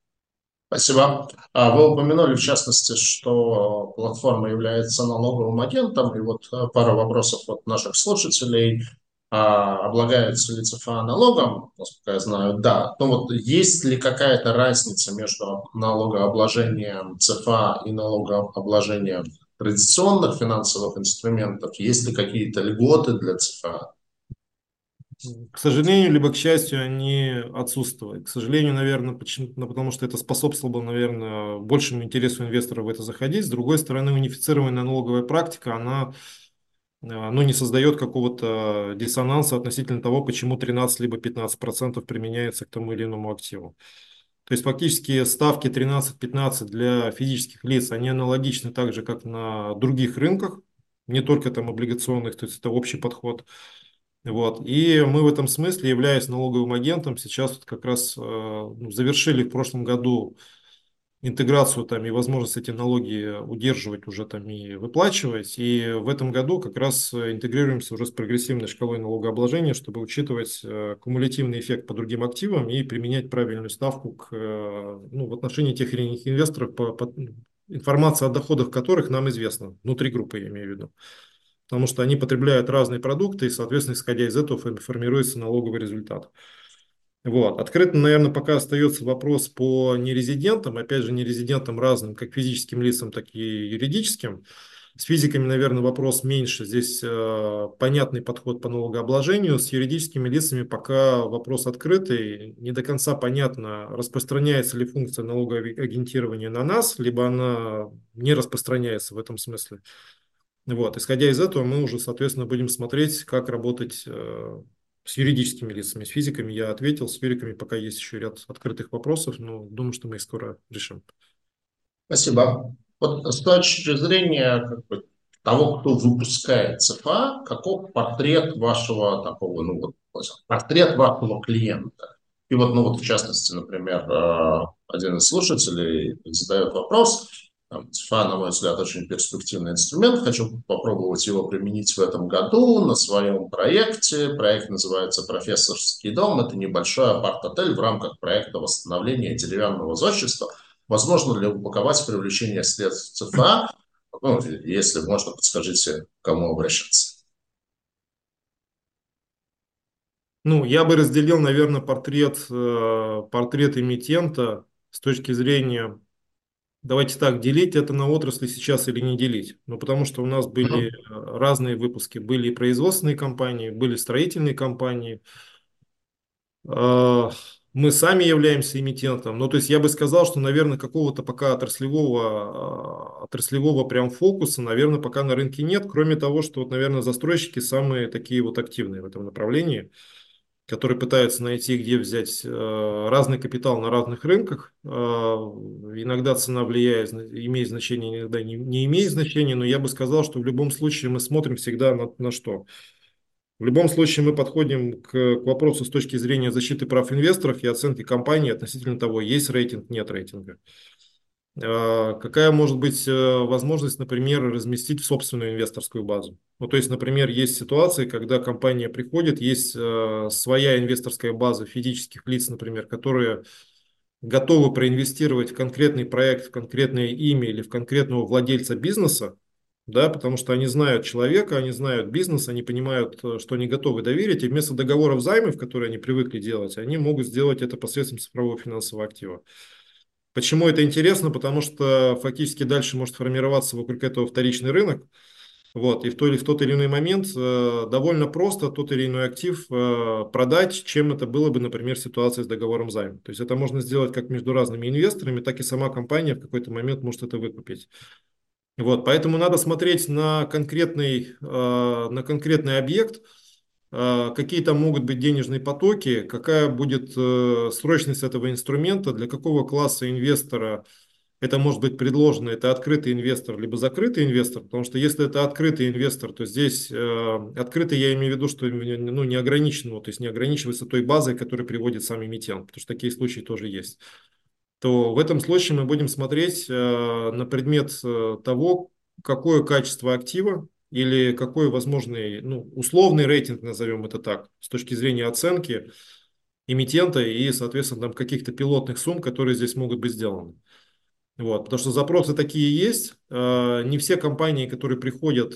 Спасибо. Вы упомянули, в частности, что платформа является налоговым агентом, и вот пара вопросов от наших слушателей. Облагается ли ЦФА налогом? Насколько я знаю, да. Но вот есть ли какая-то разница между налогообложением ЦФА и налогообложением традиционных финансовых инструментов? Есть ли какие-то льготы для ЦФА? К сожалению, либо к счастью, они отсутствуют. К сожалению, наверное, почему, ну, потому что это способствовало, наверное, большему интересу инвесторов в это заходить. С другой стороны, унифицированная налоговая практика, она ну, не создает какого-то диссонанса относительно того, почему 13 либо 15% применяется к тому или иному активу. То есть фактически ставки 13-15 для физических лиц, они аналогичны так же, как на других рынках, не только там облигационных, то есть это общий подход. Вот. И мы в этом смысле, являясь налоговым агентом, сейчас вот как раз ну, завершили в прошлом году интеграцию там и возможность эти налоги удерживать уже там и выплачивать. И в этом году как раз интегрируемся уже с прогрессивной шкалой налогообложения, чтобы учитывать кумулятивный эффект по другим активам и применять правильную ставку к, ну, в отношении тех или иных инвесторов, информация о доходах которых нам известна, внутри группы я имею в виду. Потому что они потребляют разные продукты, и, соответственно, исходя из этого формируется налоговый результат. Вот. Открыто, наверное, пока остается вопрос по нерезидентам, опять же, нерезидентам разным, как физическим лицам, так и юридическим. С физиками, наверное, вопрос меньше. Здесь понятный подход по налогообложению. С юридическими лицами пока вопрос открытый. Не до конца понятно, распространяется ли функция налогоагентирования на нас, либо она не распространяется в этом смысле. Вот. Исходя из этого, мы уже, соответственно, будем смотреть, как работать с юридическими лицами. С физиками я ответил, с физиками пока есть еще ряд открытых вопросов, но думаю, что мы их скоро решим. Спасибо. Вот с точки зрения как бы, того, кто выпускает ЦФА, каков портрет вашего такого, ну вот, портрет вашего клиента? И вот, ну вот в частности, например, один из слушателей задает вопрос, там, ЦФА, на мой взгляд, очень перспективный инструмент, хочу попробовать его применить в этом году на своем проекте. Проект называется «Профессорский дом». Это небольшой апарт-отель в рамках проекта восстановления деревянного зодчества. Возможно ли упаковать привлечение средств ЦФА? Ну, если можно, подскажите, к кому обращаться. Ну, я бы разделил, наверное, портрет эмитента с точки зрения, давайте так, делить это на отрасли сейчас или не делить. Ну, потому что у нас были Мгм. разные выпуски. Были и производственные компании, были строительные компании. Э, Мы сами являемся эмитентом. Ну, то есть я бы сказал, что, наверное, какого-то пока отраслевого прям фокуса, наверное, пока на рынке нет, кроме того, что, вот, наверное, застройщики самые такие вот активные в этом направлении, которые пытаются найти, где взять разный капитал на разных рынках. Иногда цена влияет, имеет значение, иногда не имеет значения, но я бы сказал, что в любом случае мы смотрим всегда на что. В любом случае мы подходим к вопросу с точки зрения защиты прав инвесторов и оценки компании относительно того, есть рейтинг, нет рейтинга. Какая может быть возможность, например, разместить в собственную инвесторскую базу? Ну, то есть, например, есть ситуации, когда компания приходит, есть своя инвесторская база физических лиц, например, которые готовы проинвестировать в конкретный проект, в конкретное имя или в конкретного владельца бизнеса, да, потому что они знают человека, они знают бизнес, они понимают, что они готовы доверить, и вместо договоров займов, которые они привыкли делать, они могут сделать это посредством цифрового финансового актива. Почему это интересно? Потому что фактически дальше может формироваться вокруг этого вторичный рынок. Вот, и в тот или иной момент довольно просто тот или иной актив продать, чем это было бы, например, ситуация с договором займа. То есть это можно сделать как между разными инвесторами, так и сама компания в какой-то момент может это выкупить. Вот, поэтому надо смотреть на конкретный объект, какие там могут быть денежные потоки, какая будет срочность этого инструмента, для какого класса инвестора это может быть предложено, это открытый инвестор, либо закрытый инвестор, потому что если это открытый инвестор, то здесь открытый я имею в виду, что ну, не ограничен, то есть не ограничивается той базой, которую приводит сам эмитент, потому что такие случаи тоже есть. То в этом случае мы будем смотреть на предмет того, какое качество актива или какой возможный, ну, условный рейтинг, назовем это так, с точки зрения оценки эмитента и, соответственно, там каких-то пилотных сумм, которые здесь могут быть сделаны. Вот, потому что запросы такие есть. Не все компании, которые приходят,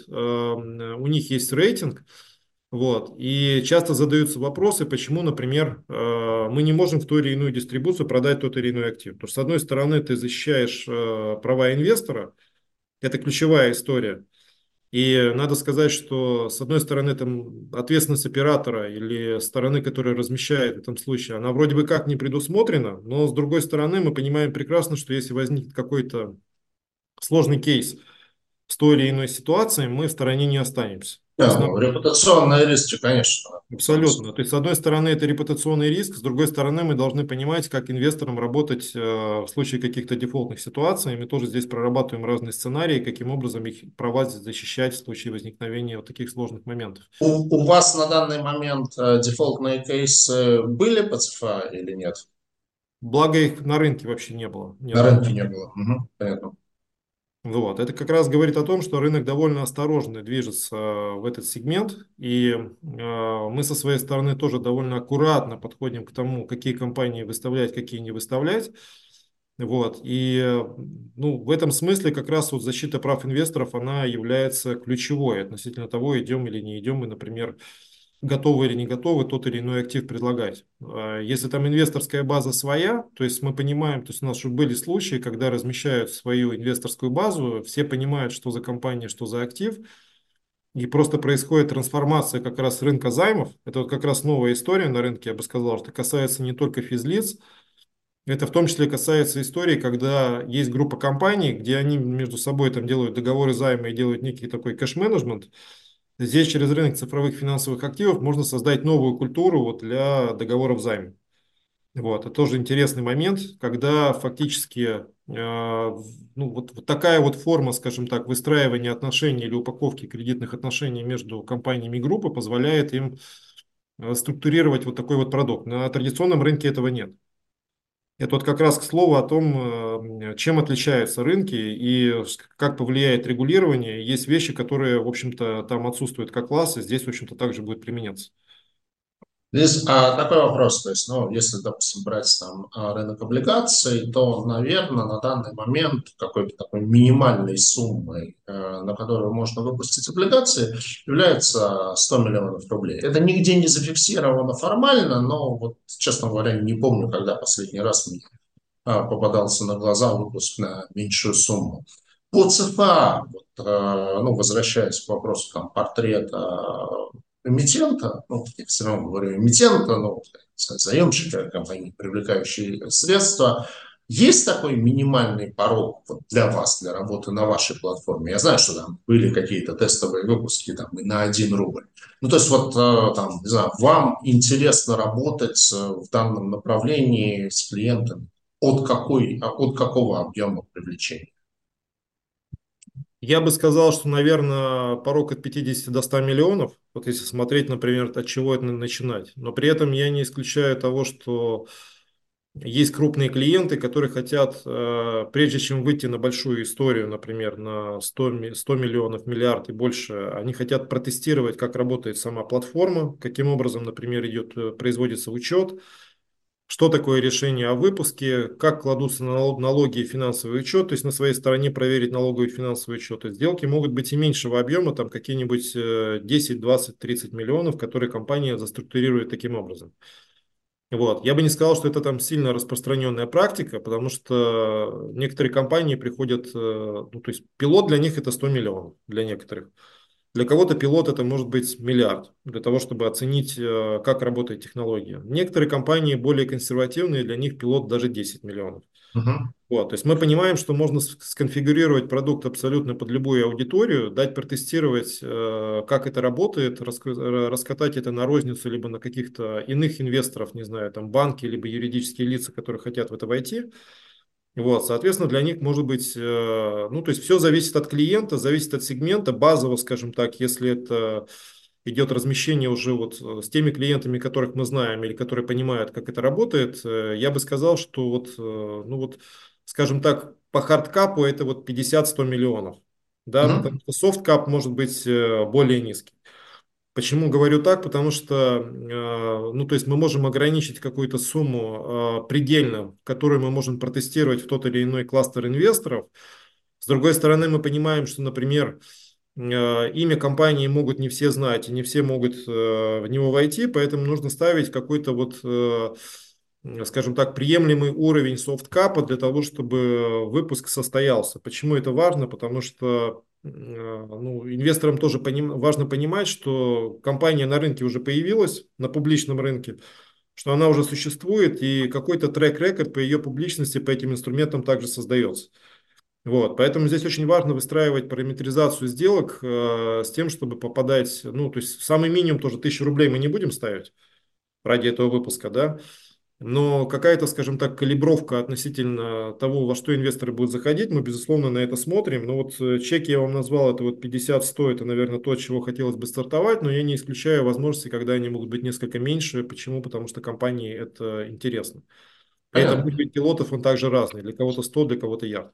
у них есть рейтинг. Вот, и часто задаются вопросы, почему, например, мы не можем в ту или иную дистрибуцию продать тот или иной актив. Потому что, с одной стороны, ты защищаешь права инвестора, это ключевая история. И надо сказать, что с одной стороны там ответственность оператора или стороны, которая размещает в этом случае, она вроде бы как не предусмотрена, но с другой стороны мы понимаем прекрасно, что если возникнет какой-то сложный кейс с той или иной ситуацией, мы в стороне не останемся. То есть Да, нам ну, репутационные риски, конечно. абсолютно. То есть, с одной стороны, это репутационный риск, с другой стороны, мы должны понимать, как инвесторам работать в случае каких-то дефолтных ситуаций. И мы тоже здесь прорабатываем разные сценарии, каким образом их права защищать в случае возникновения вот таких сложных моментов. У вас на данный момент дефолтные кейсы были по ЦФА или нет? Благо их на рынке вообще не было ни На одного. рынке не было. Мгм, понятно. Вот. Это как раз говорит о том, что рынок довольно осторожно движется в этот сегмент, и мы со своей стороны тоже довольно аккуратно подходим к тому, какие компании выставлять, какие не выставлять. Вот. И ну, в этом смысле как раз вот защита прав инвесторов, она является ключевой относительно того, идем или не идем мы, например, готовы или не готовы тот или иной актив предлагать. Если там инвесторская база своя, то есть мы понимаем, то есть у нас уже были случаи, когда размещают свою инвесторскую базу, все понимают, что за компания, что за актив, и просто происходит трансформация как раз рынка займов. Это вот как раз новая история на рынке, я бы сказал, что касается не только физлиц, это в том числе касается истории, когда есть группа компаний, где они между собой там делают договоры займа и делают некий такой кэш-менеджмент. Здесь через рынок цифровых финансовых активов можно создать новую культуру вот для договоров займа. Вот, это тоже интересный момент, когда фактически ну, вот такая вот форма, скажем так, выстраивания отношений или упаковки кредитных отношений между компаниями и группы позволяет им структурировать вот такой вот продукт. На традиционном рынке этого нет. Это вот как раз к слову о том, чем отличаются рынки и как повлияет регулирование. Есть вещи, которые, в общем-то, там отсутствуют как класс, и здесь, в общем-то, также будет применяться. Здесь такой вопрос, то есть, ну, если, допустим, брать там рынок облигаций, то, наверное, на данный момент какой-то такой минимальной суммой, на которую можно выпустить облигации, является 100 миллионов рублей. Это нигде не зафиксировано формально, но вот, честно говоря, не помню, когда последний раз мне попадался на глаза выпуск на меньшую сумму. По ЦФА, вот, ну, возвращаясь к вопросу там, портрета эмитента, ну, я все равно говорю эмитента, ну, заемщика компании, привлекающие средства, есть такой минимальный порог вот для вас, для работы на вашей платформе? Я знаю, что там были какие-то тестовые выпуски там, и на 1 рубль. Ну, то есть вот там, не знаю, вам интересно работать в данном направлении с клиентами от какого объема привлечения? Я бы сказал, что, наверное, порог от 50 до 100 миллионов, вот если смотреть, например, от чего это начинать. Но при этом я не исключаю того, что есть крупные клиенты, которые хотят, прежде чем выйти на большую историю, например, на 100 миллионов, миллиард и больше, они хотят протестировать, как работает сама платформа, каким образом, например, производится учет, что такое решение о выпуске, как кладутся налоги и финансовый учет, то есть на своей стороне проверить налоговый и финансовый учет. И сделки могут быть и меньшего объема, там какие-нибудь 10, 20, 30 миллионов, которые компания заструктурирует таким образом. Вот. Я бы не сказал, что это там сильно распространенная практика, потому что некоторые компании приходят, ну, то есть пилот для них это 100 миллионов, для некоторых. Для кого-то пилот это может быть миллиард, для того, чтобы оценить, как работает технология. Некоторые компании более консервативные, для них пилот даже 10 миллионов. Мгм. Вот, то есть мы понимаем, что можно сконфигурировать продукт абсолютно под любую аудиторию, дать протестировать, как это работает, раскатать это на розницу, либо на каких-то иных инвесторов, не знаю, там банки, либо юридические лица, которые хотят в это войти. Вот, соответственно, для них может быть, ну, то есть все зависит от клиента, зависит от сегмента, базово, скажем так, если это идет размещение уже вот с теми клиентами, которых мы знаем или которые понимают, как это работает, я бы сказал, что вот, ну вот, скажем так, по хардкапу это вот 50-100 миллионов, да, потому Мгм. что софткап может быть более низкий. Почему говорю так? Потому что, ну, то есть мы можем ограничить какую-то сумму предельно, которую мы можем протестировать в тот или иной кластер инвесторов. С другой стороны, мы понимаем, что, например, имя компании могут не все знать, и не все могут в него войти, поэтому нужно ставить какой-то вот, скажем так, приемлемый уровень софткапа для того, чтобы выпуск состоялся. Почему это важно? Потому что ну, инвесторам тоже важно понимать, что компания на рынке уже появилась, на публичном рынке, что она уже существует, и какой-то трек-рекорд по ее публичности по этим инструментам также создается. Вот, поэтому здесь очень важно выстраивать параметризацию сделок с тем, чтобы попадать, ну, то есть самый минимум тоже 1000 рублей мы не будем ставить ради этого выпуска, да, но какая-то, скажем так, калибровка относительно того, во что инвесторы будут заходить, мы, безусловно, на это смотрим. Но вот чеки я вам назвал, это вот 50-100, это, наверное, то, от чего хотелось бы стартовать, но я не исключаю возможности, когда они могут быть несколько меньше. Почему? Потому что компании это интересно. При этом Понятно. уровень пилотов, он также разный. Для кого-то 100, для кого-то ярд.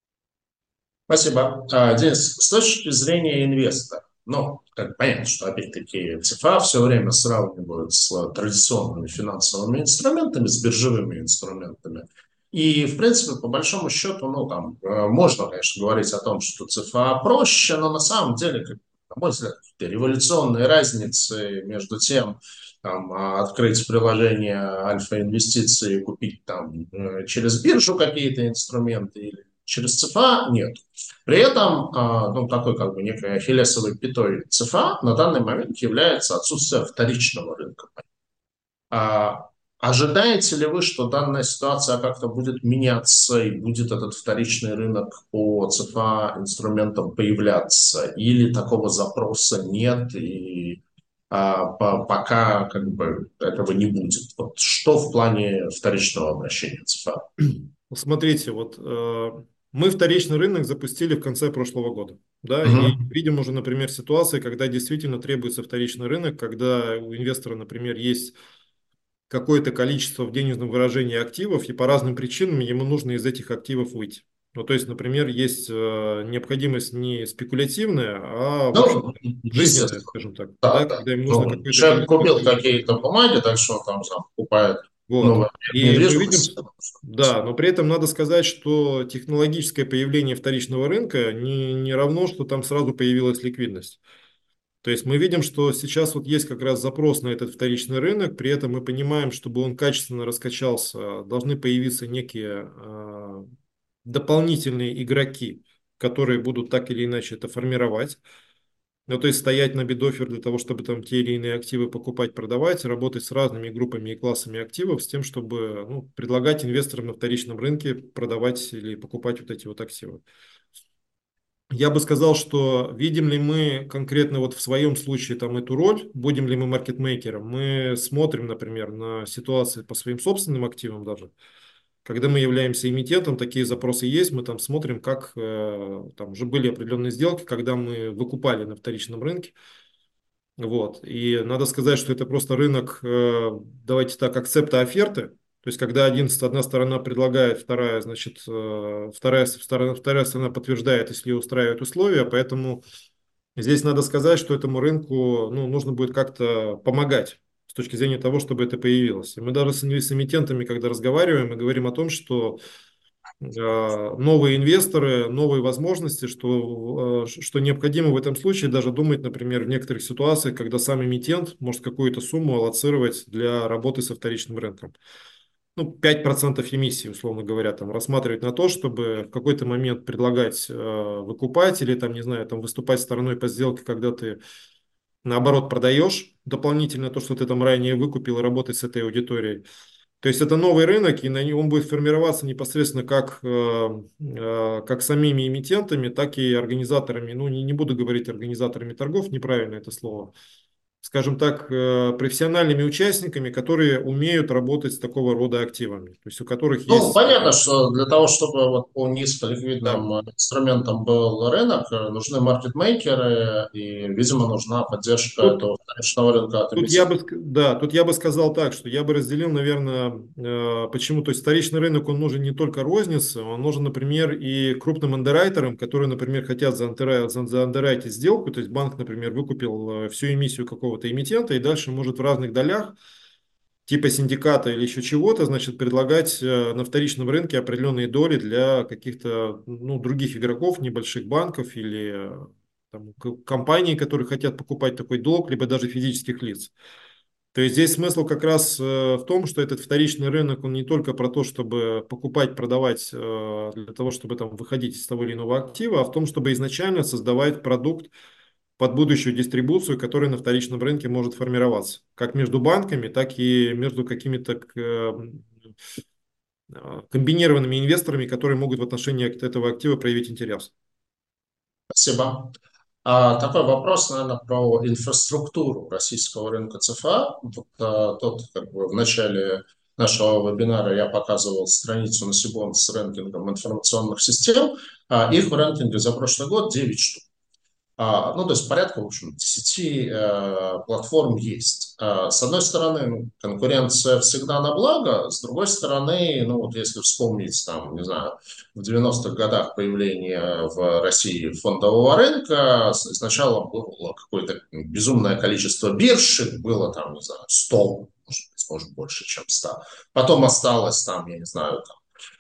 Спасибо. Денис, с точки зрения инвестора, ну, как понятно, что опять-таки ЦФА все время сравнивают с традиционными финансовыми инструментами, с биржевыми инструментами. И, в принципе, по большому счету, ну, там, можно, конечно, говорить о том, что ЦФА проще, но на самом деле, как на мой взгляд, какие-то революционные разницы между тем, там, открыть приложение Альфа-инвестиции и купить там через биржу какие-то инструменты или через ЦФА, нет. При этом, ну, такой как бы некой ахиллесовой пятой ЦФА на данный момент является отсутствие вторичного рынка. А ожидаете ли вы, что данная ситуация как-то будет меняться и будет этот вторичный рынок по ЦФА инструментам появляться? Или такого запроса нет и пока как бы этого не будет? Вот что в плане вторичного обращения ЦФА? Смотрите, вот мы вторичный рынок запустили в конце прошлого года. Да, и Мгм. видим уже, например, ситуации, когда действительно требуется вторичный рынок, когда у инвестора, например, есть какое-то количество в денежном выражении активов, и по разным причинам ему нужно из этих активов выйти. Ну, то есть, например, есть необходимость не спекулятивная, а, в общем, Ну, жизненная, естественно, скажем так, да, да, да. когда ему нужно Ну, какое-то человек количество купил активов. какие-то бумаги, так что он там покупает Вот. новый объект И мы видим, недвижимости. да, но при этом надо сказать, что технологическое появление вторичного рынка не равно, что там сразу появилась ликвидность. То есть мы видим, что сейчас вот есть как раз запрос на этот вторичный рынок, при этом мы понимаем, чтобы он качественно раскачался, должны появиться некие дополнительные игроки, которые будут так или иначе это формировать. Ну, то есть стоять на бid-offer для того, чтобы там те или иные активы покупать, продавать, работать с разными группами и классами активов с тем, чтобы ну, предлагать инвесторам на вторичном рынке продавать или покупать вот эти вот активы. Я бы сказал, что видим ли мы конкретно вот в своем случае там эту роль, будем ли мы маркетмейкером, мы смотрим, например, на ситуации по своим собственным активам даже. Когда мы являемся эмитентом, такие запросы есть, мы там смотрим, как там уже были определенные сделки, когда мы выкупали на вторичном рынке. Вот. И надо сказать, что это просто рынок, давайте так, акцепта оферты. То есть, когда одна сторона предлагает, вторая, значит, вторая сторона подтверждает, если ее устраивают условия. Поэтому здесь надо сказать, что этому рынку ну, нужно будет как-то помогать с точки зрения того, чтобы это появилось. И мы даже с эмитентами, когда разговариваем, мы говорим о том, что новые инвесторы, новые возможности, что необходимо в этом случае даже думать, например, в некоторых ситуациях, когда сам эмитент может какую-то сумму аллоцировать для работы со вторичным рынком. Ну, 5% эмиссии, условно говоря, там, рассматривать на то, чтобы в какой-то момент предлагать выкупать или, там, не знаю, там, выступать стороной по сделке, когда ты, наоборот, продаешь дополнительно то, что ты там ранее выкупил, и работать с этой аудиторией. То есть это новый рынок, и он будет формироваться непосредственно как самими эмитентами, так и организаторами. Ну, не буду говорить организаторами торгов, неправильно это слово. Скажем так, профессиональными участниками, которые умеют работать с такого рода активами. То есть у которых Ну, есть... понятно, что для того, чтобы вот по Да. низколиквидным инструментам был рынок, нужны маркетмейкеры, и, видимо, нужна поддержка Тут этого вторичного рынка от Тут я эмитентов. бы, да, тут я бы сказал так, что я бы разделил, наверное, почему. То есть вторичный рынок, он нужен не только рознице, он нужен, например, и крупным андеррайтерам, которые, например, хотят заандеррайтить сделку. То есть банк, например, выкупил всю эмиссию какого-то эмитента и дальше может в разных долях, типа синдиката или еще чего-то, значит, предлагать на вторичном рынке определенные доли для каких-то ну, других игроков, небольших банков или там, компаний, которые хотят покупать такой долг, либо даже физических лиц. То есть здесь смысл как раз в том, что этот вторичный рынок, он не только про то, чтобы покупать, продавать для того, чтобы там выходить из того или иного актива, а в том, чтобы изначально создавать продукт под будущую дистрибуцию, который на вторичном рынке может формироваться. Как между банками, так и между какими-то комбинированными инвесторами, которые могут в отношении этого актива проявить интерес. Спасибо. Такой вопрос, наверное, про инфраструктуру российского рынка ЦФА. Вот, тот, как бы в начале нашего вебинара я показывал страницу на Сибон с рэнкингом информационных систем. Их в рэнкинге за прошлый год 9 штук. Ну, то есть порядка, в общем, 10 платформ есть. С одной стороны, ну, конкуренция всегда на благо, с другой стороны, ну, вот если вспомнить, там, не знаю, в 90-х годах появления в России фондового рынка, сначала было какое-то безумное количество бирж, их было там, не знаю, 100, может быть, больше, чем 100. Потом осталось там, я не знаю,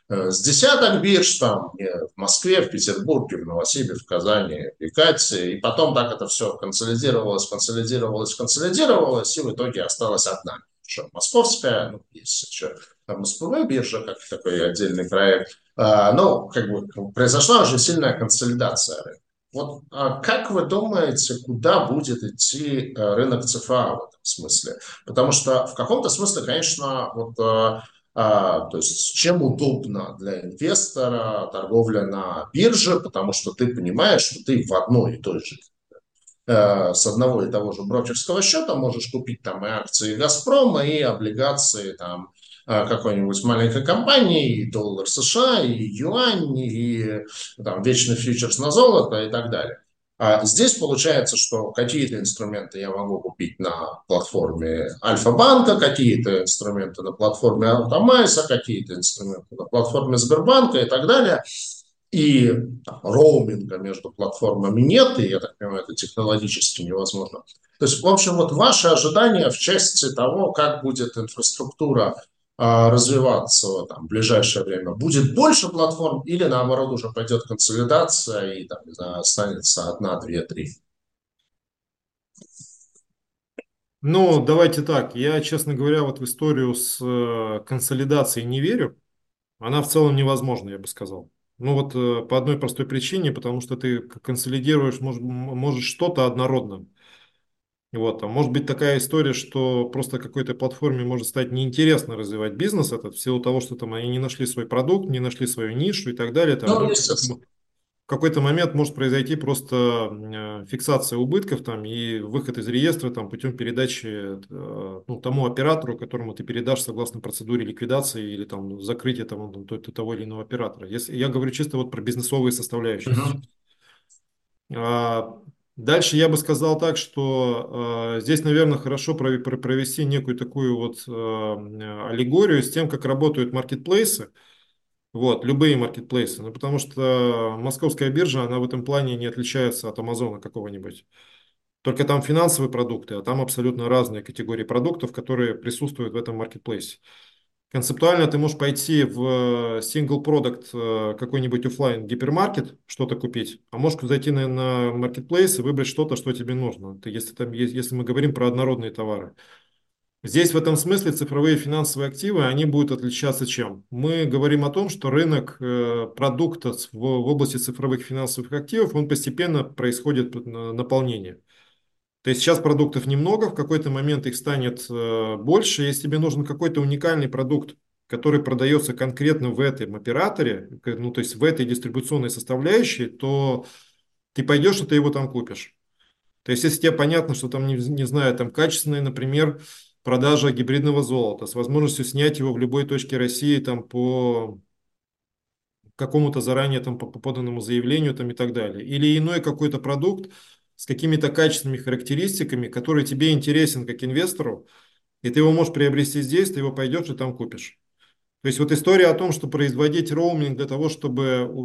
с десяток бирж там в Москве, в Петербурге, в Новосибирске, в Казани, в Екате, и потом так это все консолидировалось, консолидировалось, консолидировалось, и в итоге осталась одна биржа московская, ну, есть еще там СПБ биржа, как такой отдельный проект. Ну, как бы произошла очень сильная консолидация рынка. Вот как вы думаете, куда будет идти рынок ЦФА в этом смысле? Потому что в каком-то смысле, конечно, вот то есть чем удобно для инвестора торговля на бирже, потому что ты понимаешь, что ты в одной и той же с одного и того же брокерского счета можешь купить там и акции «Газпрома», и облигации там какой-нибудь маленькой компании, и доллар США, и юань, и там вечный фьючерс на золото и так далее. А здесь получается, что какие-то инструменты я могу купить на платформе Альфа-банка, какие-то инструменты на платформе Алтамайса, какие-то инструменты на платформе Сбербанка и так далее. И там, роуминга между платформами нет, и я так понимаю, это технологически невозможно. То есть, в общем, вот ваши ожидания в части того, как будет инфраструктура развиваться там, в ближайшее время, будет больше платформ или наоборот уже пойдет консолидация и там, не знаю, останется одна, две, три? Ну, давайте так. Я, честно говоря, вот в историю с консолидацией не верю. Она в целом невозможна, я бы сказал. Ну вот по одной простой причине, потому что ты консолидируешь, можешь что-то однородным. Вот, а может быть такая история, что просто какой-то платформе может стать неинтересно развивать бизнес этот, в силу того, что там они не нашли свой продукт, не нашли свою нишу и так далее. Там, Ну, ну, естественно. в какой-то момент может произойти просто фиксация убытков там, и выход из реестра там, путем передачи ну, тому оператору, которому ты передашь согласно процедуре ликвидации или там, закрытия того или иного оператора. Если, я говорю чисто вот про бизнесовые составляющие Мгм. сейчас. Дальше я бы сказал так, что здесь, наверное, хорошо провести некую такую вот аллегорию с тем, как работают маркетплейсы. Вот, любые маркетплейсы. Ну, потому что московская биржа, она в этом плане не отличается от Амазона какого-нибудь. Только там финансовые продукты, а там абсолютно разные категории продуктов, которые присутствуют в этом маркетплейсе. Концептуально ты можешь пойти в single product какой-нибудь оффлайн гипермаркет, что-то купить, а можешь зайти на marketplace и выбрать что-то, что тебе нужно. Если, там есть, если мы говорим про однородные товары. Здесь в этом смысле цифровые финансовые активы, они будут отличаться чем? Мы говорим о том, что рынок продуктов в области цифровых финансовых активов, он постепенно происходит наполнение. То есть сейчас продуктов немного, в какой-то момент их станет больше. Если тебе нужен какой-то уникальный продукт, который продается конкретно в этом операторе, ну то есть в этой дистрибуционной составляющей, то ты пойдешь и ты его там купишь. То есть если тебе понятно, что там, не знаю, там качественная, например, продажа гибридного золота с возможностью снять его в любой точке России там по какому-то заранее там по поданному заявлению там и так далее. Или иной какой-то продукт с какими-то качественными характеристиками, который тебе интересен как инвестору, и ты его можешь приобрести здесь, ты его пойдешь и там купишь. То есть вот история о том, что производить роуминг для того, чтобы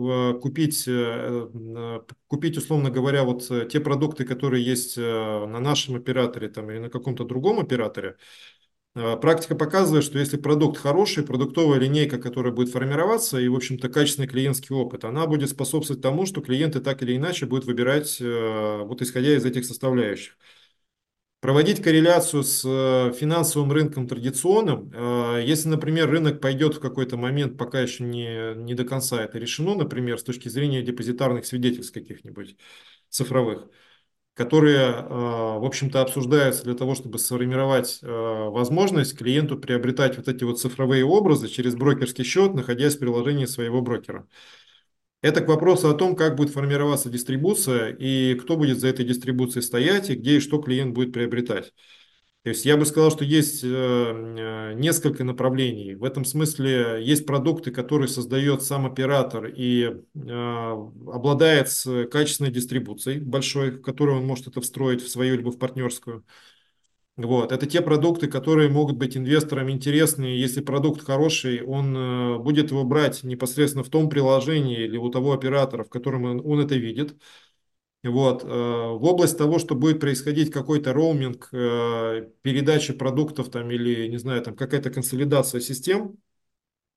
купить, условно говоря, вот те продукты, которые есть на нашем операторе там, или на каком-то другом операторе, практика показывает, что если продукт хороший, продуктовая линейка, которая будет формироваться, и, в общем-то, качественный клиентский опыт, она будет способствовать тому, что клиенты так или иначе будут выбирать, вот исходя из этих составляющих. Проводить корреляцию с финансовым рынком традиционным, если, например, рынок пойдет в какой-то момент, пока еще не до конца это решено, например, с точки зрения депозитарных свидетельств каких-нибудь цифровых, которые, в общем-то, обсуждаются для того, чтобы сформировать возможность клиенту приобретать вот эти вот цифровые образы через брокерский счет, находясь в приложении своего брокера. Это к вопросу о том, как будет формироваться дистрибуция и кто будет за этой дистрибуцией стоять и где и что клиент будет приобретать. То есть я бы сказал, что есть несколько направлений. В этом смысле есть продукты, которые создает сам оператор и обладает качественной дистрибуцией большой, в которую он может это встроить в свою либо в партнерскую. Вот. Это те продукты, которые могут быть инвесторам интересны. Если продукт хороший, он будет его брать непосредственно в том приложении или у того оператора, в котором он это видит. Вот. В область того, что будет происходить какой-то роуминг, передача продуктов там, или, не знаю, там какая-то консолидация систем,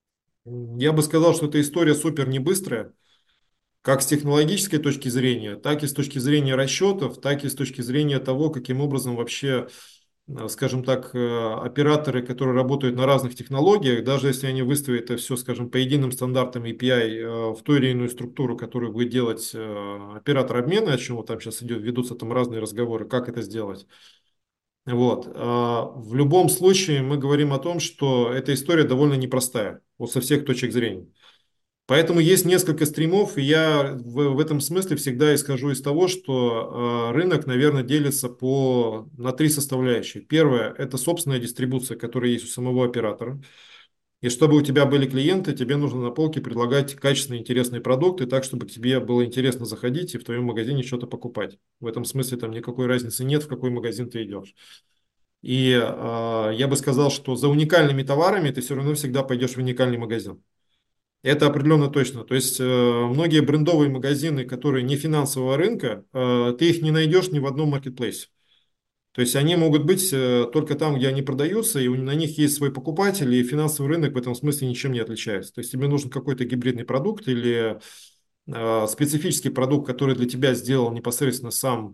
Я бы сказал, что эта история супер не быстрая, как с технологической точки зрения, так и с точки зрения расчетов, так и с точки зрения того, каким образом вообще, скажем так, операторы, которые работают на разных технологиях, даже если они выставят это все, скажем, по единым стандартам API в ту или иную структуру, которую будет делать оператор обмена, о чем вот там сейчас ведутся там разные разговоры, как это сделать. Вот. В любом случае мы говорим о том, что эта история довольно непростая, вот со всех точек зрения. Поэтому есть несколько стримов, и я в этом смысле всегда исхожу из того, что рынок, наверное, делится на три составляющие. Первое– это собственная дистрибуция, которая есть у самого оператора. И чтобы у тебя были клиенты, тебе нужно на полке предлагать качественные, интересные продукты, так, чтобы к тебе было интересно заходить и в твоем магазине что-то покупать. В этом смысле там никакой разницы нет, в какой магазин ты идешь. И я бы сказал, что за уникальными товарами ты все равно всегда пойдешь в уникальный магазин. Это определенно точно. То есть многие брендовые магазины, которые не финансового рынка, ты их не найдешь ни в одном маркетплейсе. То есть они могут быть только там, где они продаются, и на них есть свой покупатель, и финансовый рынок в этом смысле ничем не отличается. То есть тебе нужен какой-то гибридный продукт или специфический продукт, который для тебя сделал непосредственно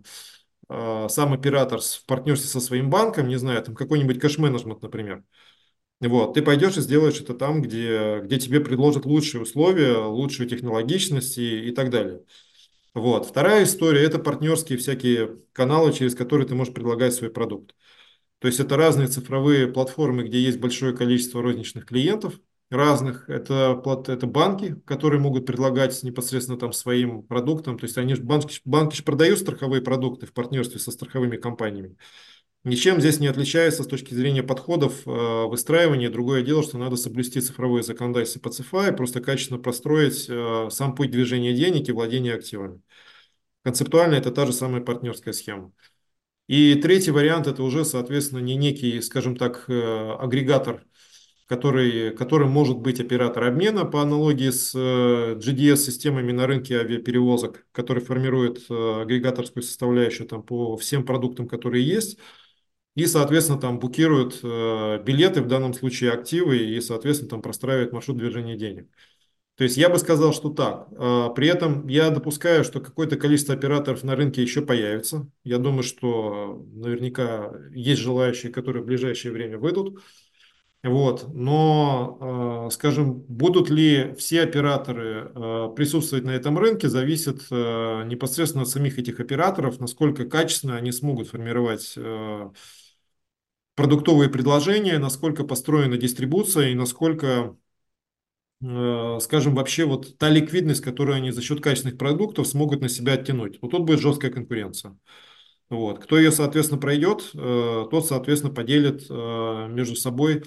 сам оператор в партнерстве со своим банком, не знаю, там какой-нибудь кэш-менеджмент, например. Вот, ты пойдешь и сделаешь это там, где тебе предложат лучшие условия, лучшую технологичность и так далее. Вот. Вторая история– это партнерские всякие каналы, через которые ты можешь предлагать свой продукт. То есть это разные цифровые платформы, где есть большое количество розничных клиентов разных. Это банки, которые могут предлагать непосредственно там своим продуктам. То есть банки ж продают страховые продукты в партнерстве со страховыми компаниями. Ничем здесь не отличается с точки зрения подходов выстраивания. Другое дело, что надо соблюсти цифровое законодательство по ЦФА и просто качественно простроить сам путь движения денег и владения активами. Концептуально это та же самая партнерская схема. И третий вариант– это уже, соответственно, не некий, скажем так, агрегатор, которым может быть оператор обмена по аналогии с GDS-системами на рынке авиаперевозок, который формирует агрегаторскую составляющую там, по всем продуктам, которые есть. И, соответственно, там букируют билеты, в данном случае активы, и, соответственно, там простраивают маршрут движения денег. То есть я бы сказал, что так. При этом я допускаю, что какое-то количество операторов на рынке еще появится. Я думаю, что наверняка есть желающие, которые в ближайшее время выйдут. Вот. Но, скажем, будут ли все операторы присутствовать на этом рынке, зависит непосредственно от самих этих операторов, насколько качественно они смогут формировать продуктовые предложения, насколько построена дистрибуция и насколько, скажем, вообще вот та ликвидность, которую они за счет качественных продуктов смогут на себя оттянуть. Вот тут будет жесткая конкуренция. Вот. Кто ее, соответственно, пройдет, тот, соответственно, поделит между собой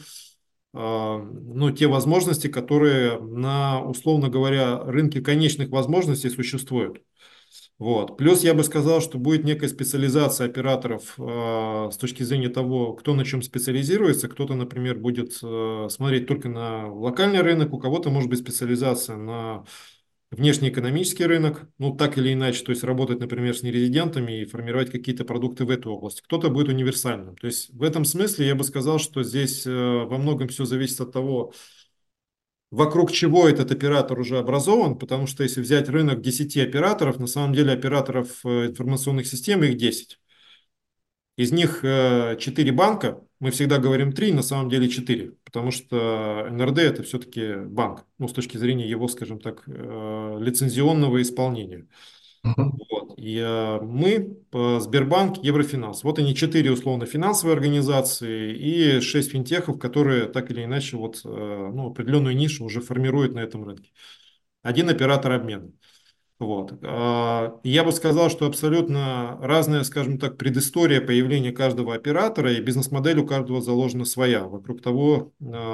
ну, те возможности, которые на, условно говоря, рынке конечных возможностей существуют. Вот. Плюс я бы сказал, что будет некая специализация операторов с точки зрения того, кто на чем специализируется. Кто-то, например, будет смотреть только на локальный рынок, у кого-то может быть специализация на внешнеэкономический рынок, ну так или иначе, то есть работать, например, с нерезидентами и формировать какие-то продукты в эту область. Кто-то будет универсальным. То есть в этом смысле я бы сказал, что здесь во многом все зависит от того, вокруг чего этот оператор уже образован, потому что если взять рынок 10 операторов, на самом деле операторов информационных систем их 10. Из них 4 банка, мы всегда говорим 3, на самом деле 4, потому что НРД это все-таки банк, ну, с точки зрения его, скажем так, лицензионного исполнения. Мгм. Вот. И мы, Сбербанк, Еврофинанс. Вот они 4 условно-финансовые организации и 6 финтехов, которые так или иначе вот, ну, определенную нишу уже формируют на этом рынке. Один оператор обмена. Вот. Я бы сказал, что абсолютно разная, скажем так, предыстория появления каждого оператора, и бизнес-модель у каждого заложена своя, вокруг того,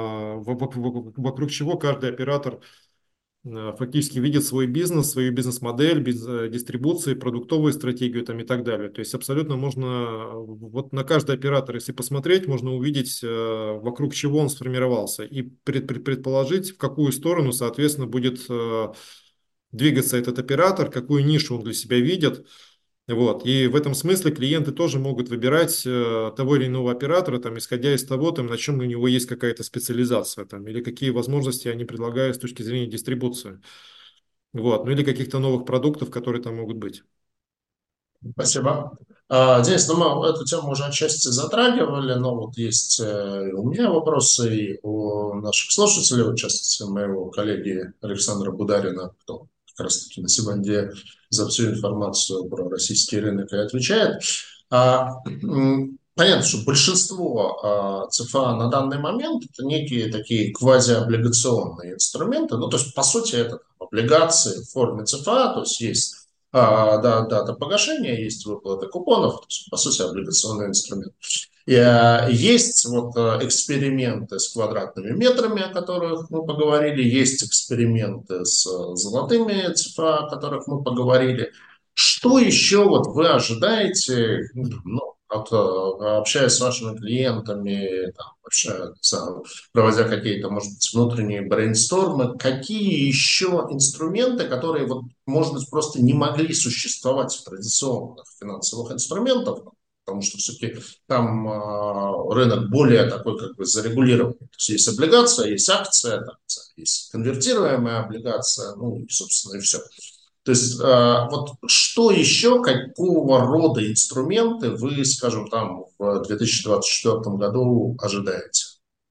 вокруг чего каждый оператор фактически видит свой бизнес, свою бизнес-модель, дистрибуции, продуктовую стратегию там, и так далее. То есть абсолютно можно, вот на каждый оператор, если посмотреть, можно увидеть, вокруг чего он сформировался, и предположить, в какую сторону, соответственно, будет двигаться этот оператор, какую нишу он для себя видит. Вот. И в этом смысле клиенты тоже могут выбирать того или иного оператора, там, исходя из того, там, на чем у него есть какая-то специализация, там, или какие возможности они предлагают с точки зрения дистрибуции. Вот. Ну или каких-то новых продуктов, которые там могут быть. Спасибо. Денис, ну мы эту тему уже отчасти затрагивали, но вот есть и у меня вопросы, и у наших слушателей, в частности, моего коллеги Александра Бударина, кто как раз-таки на сегодня за всю информацию про российский рынок и отвечает. Понятно, что большинство ЦФА на данный момент это некие такие квазиоблигационные инструменты, ну то есть по сути это облигации в форме ЦФА, то есть есть да, дата погашения, есть выплаты купонов, то есть, по сути, облигационный инструмент. И, есть вот эксперименты с квадратными метрами, о которых мы поговорили, есть эксперименты с золотыми ЦФА, о которых мы поговорили. Что еще вот вы ожидаете, ну, общаясь с вашими клиентами, там, проводя какие-то, может быть, внутренние брейнстормы, какие еще инструменты, которые, вот, может быть, просто не могли существовать в традиционных финансовых инструментах, потому что все-таки там рынок более такой как бы зарегулированный. То есть облигация, есть акция, там, есть конвертируемая облигация, ну и, собственно, и все. То есть вот что еще, какого рода инструменты вы, скажем, там в 2024 году ожидаете?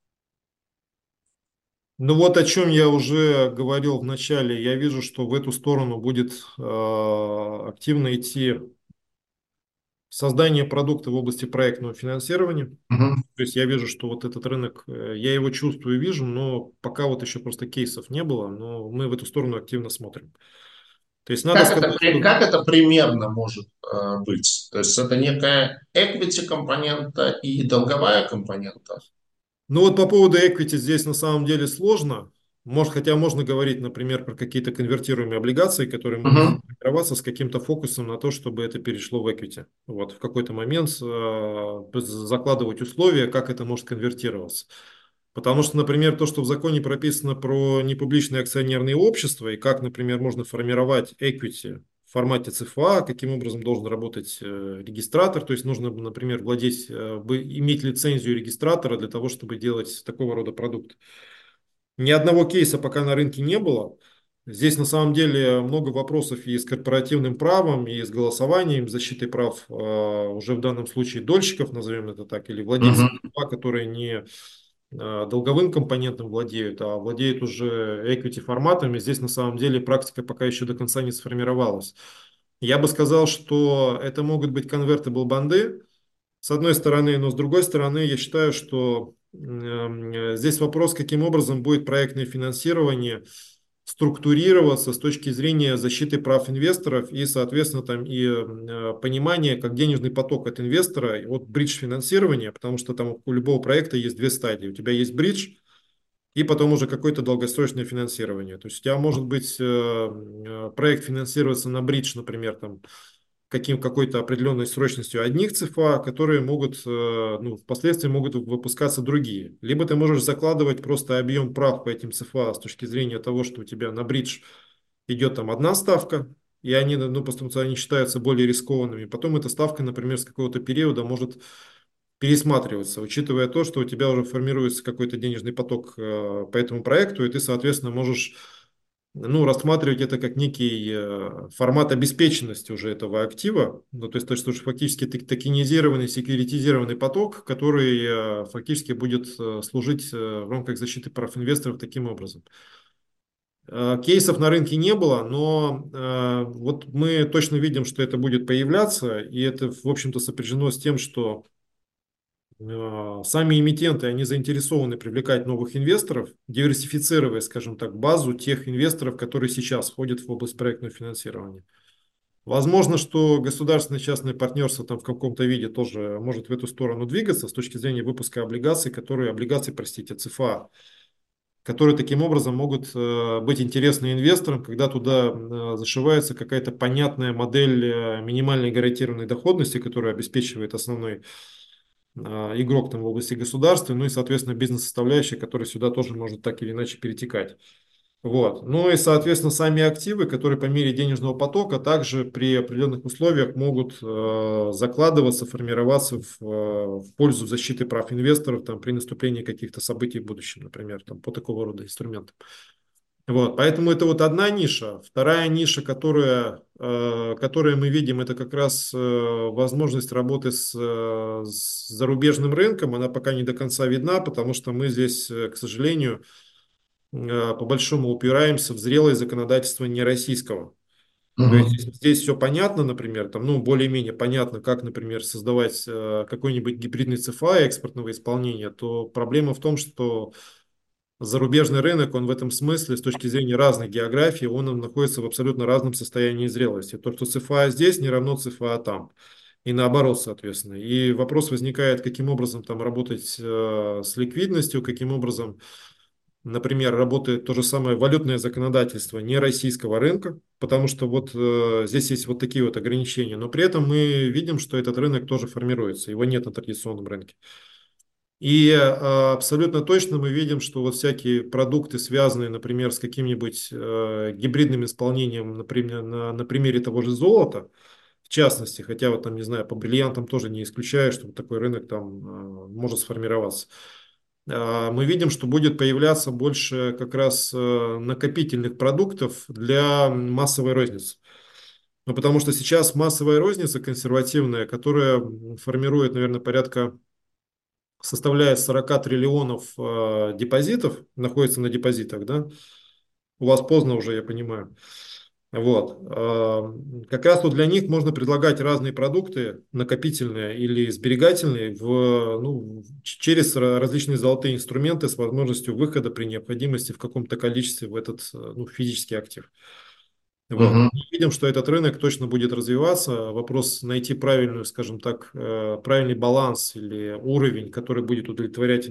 Ну вот о чем я уже говорил в начале. Я вижу, что в эту сторону будет активно идти создание продукта в области проектного финансирования. Мгм. То есть я вижу, что вот этот рынок, я его чувствую и вижу, но пока вот еще просто кейсов не было, но мы в эту сторону активно смотрим. То есть надо сказать, что Как это примерно может быть? То есть это некая equity компонента и долговая компонента? ну вот по поводу equity здесь на самом деле сложно. Может, хотя можно говорить, например, про какие-то конвертируемые облигации, которые могут Мгм. формироваться с каким-то фокусом на то, чтобы это перешло в equity. Вот в какой-то момент закладывать условия, как это может конвертироваться. Потому что, например, то, что в законе прописано про непубличные акционерные общества и как, например, можно формировать equity в формате ЦФА, каким образом должен работать регистратор, то есть нужно, например, владеть, иметь лицензию регистратора для того, чтобы делать такого рода продукт. Ни одного кейса пока на рынке не было. Здесь на самом деле много вопросов и с корпоративным правом, и с голосованием, защитой прав уже в данном случае дольщиков, назовем это так, или владельцев, Мгм. которые не долговым компонентом владеют, а владеют уже equity форматами. Здесь на самом деле практика пока еще до конца не сформировалась. Я бы сказал, что это могут быть convertible банды, с одной стороны, но с другой стороны, я считаю, что здесь вопрос, каким образом будет проектное финансирование структурироваться с точки зрения защиты прав инвесторов и, соответственно, там и понимания, как денежный поток от инвестора, и вот бридж финансирования, потому что там у любого проекта есть две стадии. У тебя есть бридж, и потом уже какое-то долгосрочное финансирование. То есть у тебя может быть проект финансироваться на бридж, например, там какой-то определенной срочностью одних ЦФА, которые могут, ну, впоследствии могут выпускаться другие. Либо ты можешь закладывать просто объем прав по этим ЦФА с точки зрения того, что у тебя на бридж идет там одна ставка, и они, ну, потому что они считаются более рискованными. Потом эта ставка, например, с какого-то периода может пересматриваться, учитывая то, что у тебя уже формируется какой-то денежный поток по этому проекту, и ты, соответственно, можешь, ну, рассматривать это как некий формат обеспеченности уже этого актива, ну, то есть то, что фактически токенизированный, секьюритизированный поток, который фактически будет служить в рамках защиты прав инвесторов таким образом. Кейсов на рынке не было, но вот мы точно видим, что это будет появляться, и это, в общем-то, сопряжено с тем, что сами эмитенты, они заинтересованы привлекать новых инвесторов, диверсифицируя, скажем так, базу тех инвесторов, которые сейчас входят в область проектного финансирования. Возможно, что государственное частное партнерство там в каком-то виде тоже может в эту сторону двигаться с точки зрения выпуска облигаций, простите, ЦФА, которые таким образом могут быть интересны инвесторам, когда туда зашивается какая-то понятная модель минимальной гарантированной доходности, которая обеспечивает основной игрок там в области государства, ну и, соответственно, бизнес-составляющая, которая сюда тоже может так или иначе перетекать. Вот. Ну и, соответственно, сами активы, которые по мере денежного потока также при определенных условиях могут закладываться, формироваться в пользу защиты прав инвесторов там, при наступлении каких-то событий в будущем, например, там, по такого рода инструментам. Вот. Поэтому это вот одна ниша. Вторая ниша, которую мы видим, это как раз возможность работы с зарубежным рынком. Она пока не до конца видна, потому что мы здесь, к сожалению, по большому упираемся в зрелое законодательство нероссийского. То есть, Мгм. если здесь все понятно, например, там, ну, более-менее понятно, как, например, создавать какой-нибудь гибридный ЦФА экспортного исполнения, то проблема в том, что зарубежный рынок, он в этом смысле, с точки зрения разной географии, он находится в абсолютно разном состоянии зрелости. То, что ЦФА здесь, не равно ЦФА там. И наоборот, соответственно. И вопрос возникает, каким образом там работать с ликвидностью, каким образом, например, работает то же самое валютное законодательство не российского рынка, потому что вот здесь есть вот такие вот ограничения. Но при этом мы видим, что этот рынок тоже формируется, его нет на традиционном рынке. И абсолютно точно мы видим, что вот всякие продукты, связанные, например, с каким-нибудь гибридным исполнением, например, на примере того же золота, в частности, хотя вот там, не знаю, по бриллиантам тоже не исключаю, что вот такой рынок там может сформироваться. Мы видим, что будет появляться больше как раз накопительных продуктов для массовой розницы. Ну, потому что сейчас массовая розница консервативная, которая формирует, наверное, порядка составляет 40 триллионов депозитов, находится на депозитах, да? У вас поздно уже, я понимаю. Вот. Как раз вот для них можно предлагать разные продукты, накопительные или сберегательные, ну, через различные золотые инструменты с возможностью выхода при необходимости в каком-то количестве в этот ну, физический актив. Вот. Мгм. Мы видим, что этот рынок точно будет развиваться. Вопрос найти правильную, скажем так, правильный баланс или уровень, который будет удовлетворять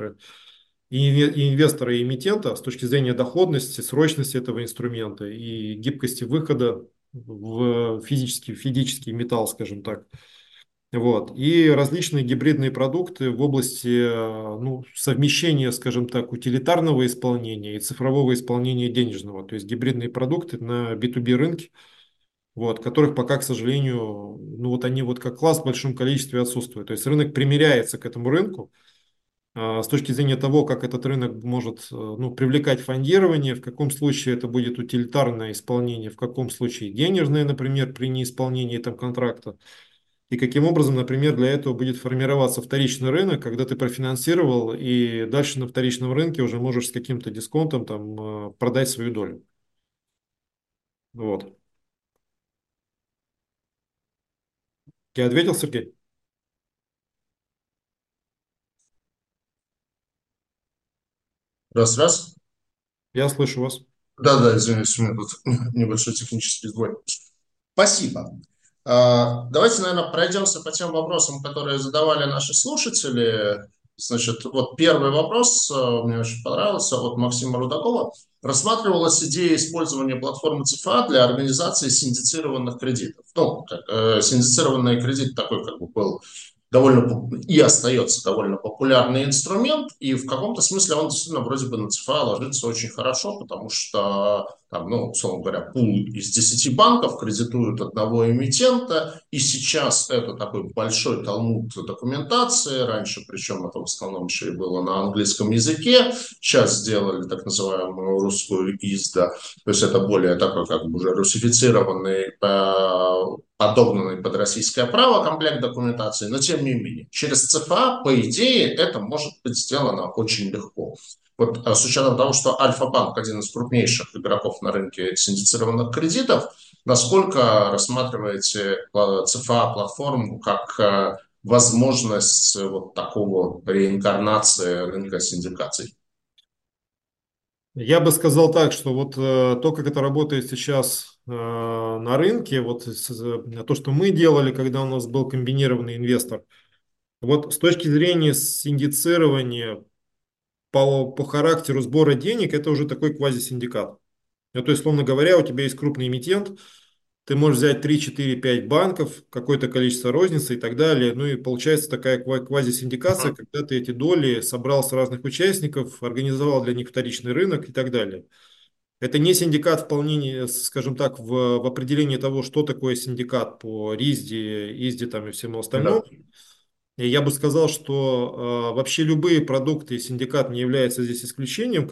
и инвестора, и эмитента с точки зрения доходности, срочности этого инструмента и гибкости выхода в физический металл, скажем так. Вот. И различные гибридные продукты в области ну, совмещения, скажем так, утилитарного исполнения и цифрового исполнения денежного. То есть гибридные продукты на B2B рынке, вот, которых пока, к сожалению, ну вот они вот как класс в большом количестве отсутствуют. То есть рынок примиряется к этому рынку с точки зрения того, как этот рынок может ну, привлекать фондирование, в каком случае это будет утилитарное исполнение, в каком случае денежное, например, при неисполнении там контракта. И каким образом, например, для этого будет формироваться вторичный рынок, когда ты профинансировал и дальше на вторичном рынке уже можешь с каким-то дисконтом там продать свою долю. Вот. Я ответил, Сергей? Раз, раз. Я слышу вас. Да-да, извините, у меня тут небольшой технический сбой. Спасибо. Давайте, наверное, пройдемся по тем вопросам, которые задавали наши слушатели. Значит, вот первый вопрос мне очень понравился от Максима Рудакова. Рассматривалась идея использования платформы ЦФА для организации синдицированных кредитов. Ну, синдицированный кредит такой как бы был и остается довольно популярный инструмент, и в каком-то смысле он действительно вроде бы на ЦФА ложится очень хорошо, потому что там, ну, условно говоря, пул из 10 банков кредитуют одного эмитента, и сейчас это такой большой талмуд документации, раньше, причем это в основном еще и было на английском языке, сейчас сделали так называемую русскую ИСДА, то есть это более такой как бы уже русифицированный, подогнанный под российское право комплект документации, но тем не менее, через ЦФА, по идее, это может быть сделано очень легко. Вот с учетом того, что Альфа-банк один из крупнейших игроков на рынке синдицированных кредитов, насколько рассматриваете ЦФА-платформу как возможность вот такого реинкарнации рынка синдикаций? Я бы сказал так, что вот то, как это работает сейчас на рынке, вот то, что мы делали, когда у нас был комбинированный инвестор, вот с точки зрения синдицирования по характеру сбора денег, это уже такой квазисиндикат. Ну, то есть, условно говоря, у тебя есть крупный эмитент, ты можешь взять 3, 4, 5 банков, какое-то количество розницы и так далее. Ну и получается такая квазисиндикация, когда ты эти доли собрал с разных участников, организовал для них вторичный рынок и так далее. Это не синдикат вполне, скажем так, в определении того, что такое синдикат по РИСДе, ИСДе там и всему остальному. Да. И я бы сказал, что вообще любые продукты, синдикат не является здесь исключением,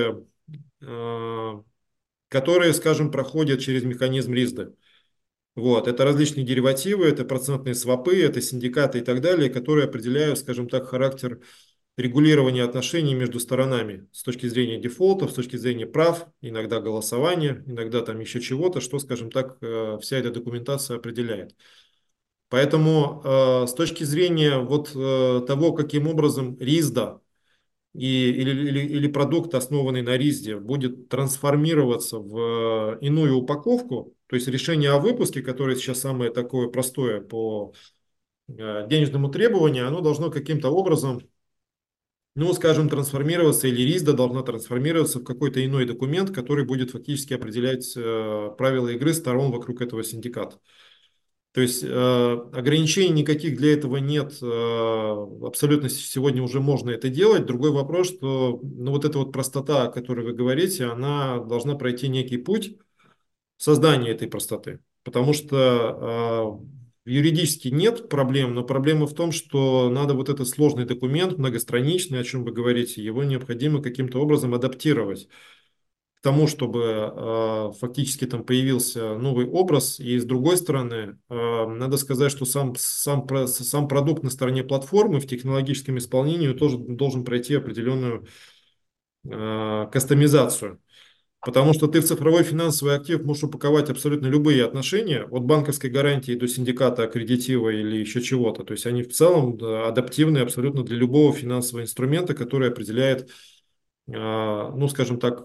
э, которые, скажем, проходят через механизм РИСДа. Вот, это различные деривативы, это процентные свопы, это синдикаты и так далее, которые определяют, скажем так, характер регулирования отношений между сторонами с точки зрения дефолтов, с точки зрения прав, иногда голосования, иногда там еще чего-то, что, скажем так, вся эта документация определяет. Поэтому с точки зрения вот того, каким образом РИСДа или продукт, основанный на РИСДе, будет трансформироваться в иную упаковку, то есть решение о выпуске, которое сейчас самое такое простое по денежному требованию, оно должно каким-то образом, ну, скажем, трансформироваться, или РИСДа должна трансформироваться в какой-то иной документ, который будет фактически определять правила игры сторон вокруг этого синдиката. То есть ограничений никаких для этого нет, абсолютно сегодня уже можно это делать. Другой вопрос, что ну, вот эта вот простота, о которой вы говорите, она должна пройти некий путь создания этой простоты. Потому что юридически нет проблем, но проблема в том, что надо вот этот сложный документ, многостраничный, о чем вы говорите, его необходимо каким-то образом адаптировать к тому, чтобы фактически там появился новый образ. И с другой стороны, надо сказать, что сам продукт на стороне платформы в технологическом исполнении тоже должен пройти определенную кастомизацию. Потому что ты в цифровой финансовый актив можешь упаковать абсолютно любые отношения, от банковской гарантии до синдиката, аккредитива или еще чего-то. То есть они в целом да, адаптивны абсолютно для любого финансового инструмента, который определяет, ну, скажем так,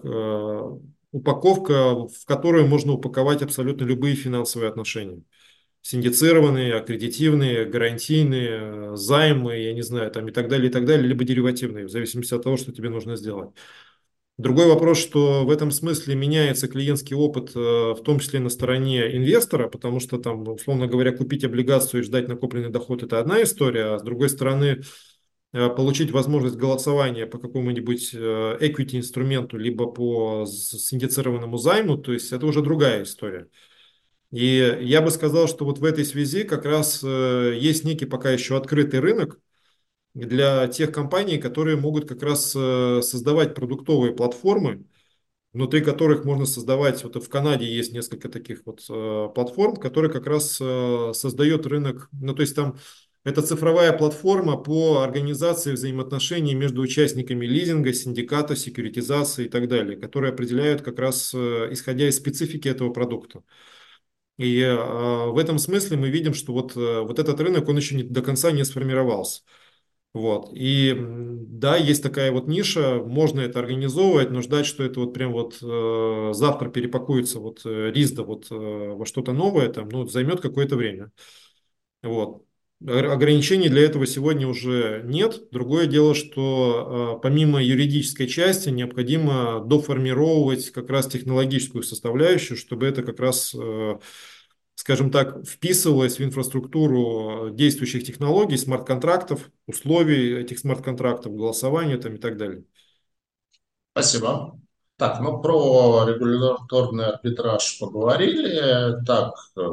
упаковка, в которую можно упаковать абсолютно любые финансовые отношения. Синдицированные, аккредитивные, гарантийные, займы, я не знаю, там и так далее, либо деривативные, в зависимости от того, что тебе нужно сделать. Другой вопрос, что в этом смысле меняется клиентский опыт, в том числе на стороне инвестора, потому что там, условно говоря, купить облигацию и ждать накопленный доход – это одна история, а с другой стороны, получить возможность голосования по какому-нибудь equity инструменту, либо по синдицированному займу, то есть это уже другая история. И я бы сказал, что вот в этой связи как раз есть некий пока еще открытый рынок для тех компаний, которые могут как раз создавать продуктовые платформы, внутри которых можно создавать, вот в Канаде есть несколько таких вот платформ, которые как раз создает рынок, ну то есть там это цифровая платформа по организации взаимоотношений между участниками лизинга, синдиката, секьюритизации и так далее, которые определяют как раз исходя из специфики этого продукта. И в этом смысле мы видим, что вот этот рынок, он еще не, до конца не сформировался. Вот. И да, есть такая вот ниша, можно это организовывать, но ждать, что это вот прям вот завтра перепакуется вот РИСДа вот во что-то новое, там, ну, займет какое-то время. Вот. Ограничений для этого сегодня уже нет. Другое дело, что помимо юридической части необходимо доформировать как раз технологическую составляющую, чтобы это как раз скажем так, вписывалось в инфраструктуру действующих технологий, смарт-контрактов, условий этих смарт-контрактов, голосования там и так далее. Спасибо. Так, ну про регуляторный арбитраж поговорили. Так,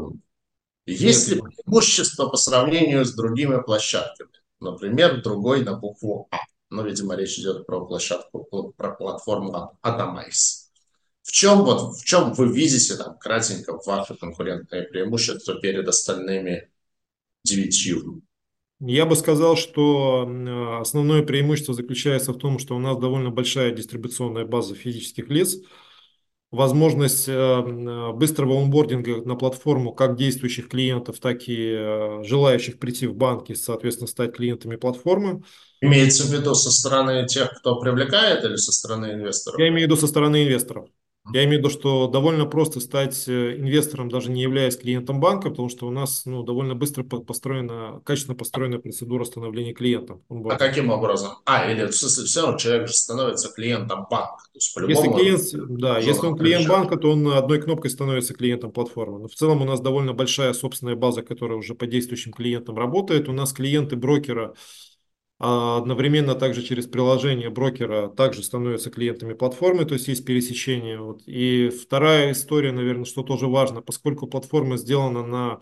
есть Нет. ли преимущество по сравнению с другими площадками? Например, другой на букву А. Но, видимо, речь идет про площадку, про платформу Atomize. В чем вы видите там кратенько ваше конкурентное преимущество перед остальными 9? Я бы сказал, что основное преимущество заключается в том, что у нас довольно большая дистрибуционная база физических лиц, возможность быстрого онбординга на платформу как действующих клиентов, так и желающих прийти в банк и, соответственно, стать клиентами платформы. Имеется в виду со стороны тех, кто привлекает, или со стороны инвесторов? Я имею в виду со стороны инвесторов. Я имею в виду, что довольно просто стать инвестором, даже не являясь клиентом банка, потому что у нас ну, довольно быстро построена, качественно построена процедура становления клиентом. А Онбординг. каким образом? Или в смысле, все равно человек же становится клиентом банка. То есть Если по-любому клиент, да, если должен он клиент привлекать. банка, то он одной кнопкой становится клиентом платформы. Но в целом у нас довольно большая собственная база, которая уже по действующим клиентам работает. У нас клиенты брокера а одновременно также через приложение брокера также становятся клиентами платформы, то есть есть пересечение. Вот. И вторая история, наверное, что тоже важно, поскольку платформа сделана на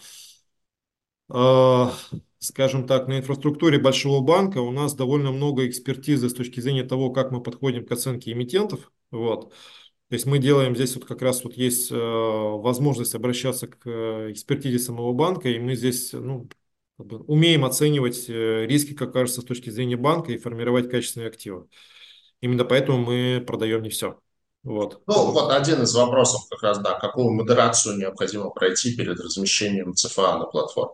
э, скажем так, на инфраструктуре большого банка у нас довольно много экспертизы с точки зрения того, как мы подходим к оценке эмитентов. Вот. То есть мы делаем здесь вот как раз вот есть возможность обращаться к экспертизе самого банка, и мы здесь ну, как бы умеем оценивать риски, как кажется, с точки зрения банка и формировать качественные активы. Именно поэтому мы продаем не все. Вот. Ну, вот один из вопросов как раз, да, какую модерацию необходимо пройти перед размещением ЦФА на платформе.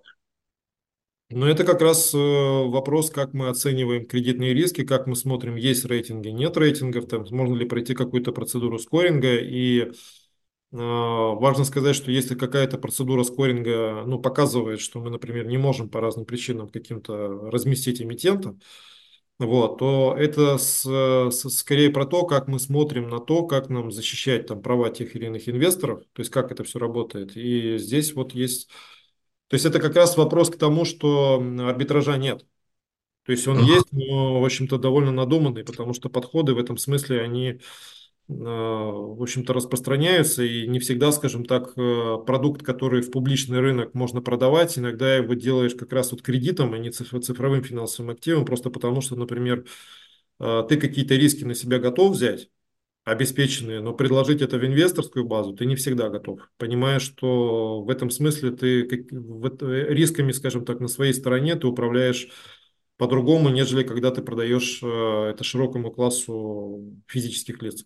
Но это как раз вопрос, как мы оцениваем кредитные риски, как мы смотрим, есть рейтинги, нет рейтингов, там, можно ли пройти какую-то процедуру скоринга. И важно сказать, что если какая-то процедура скоринга ну, показывает, что мы, например, не можем по разным причинам каким-то разместить эмитента, вот, то это скорее про то, как мы смотрим на то, как нам защищать там, права тех или иных инвесторов, то есть как это все работает. И здесь вот есть то есть это как раз вопрос к тому, что арбитража нет. То есть он есть, но, в общем-то, довольно надуманный, потому что подходы в этом смысле, они, в общем-то, распространяются, и не всегда, скажем так, продукт, который в публичный рынок можно продавать, иногда его делаешь как раз вот кредитом, а не цифровым финансовым активом, просто потому что, например, ты какие-то риски на себя готов взять, обеспеченные, но предложить это в инвесторскую базу ты не всегда готов. Понимаешь, что в этом смысле ты рисками, скажем так, на своей стороне ты управляешь по-другому, нежели когда ты продаешь это широкому классу физических лиц.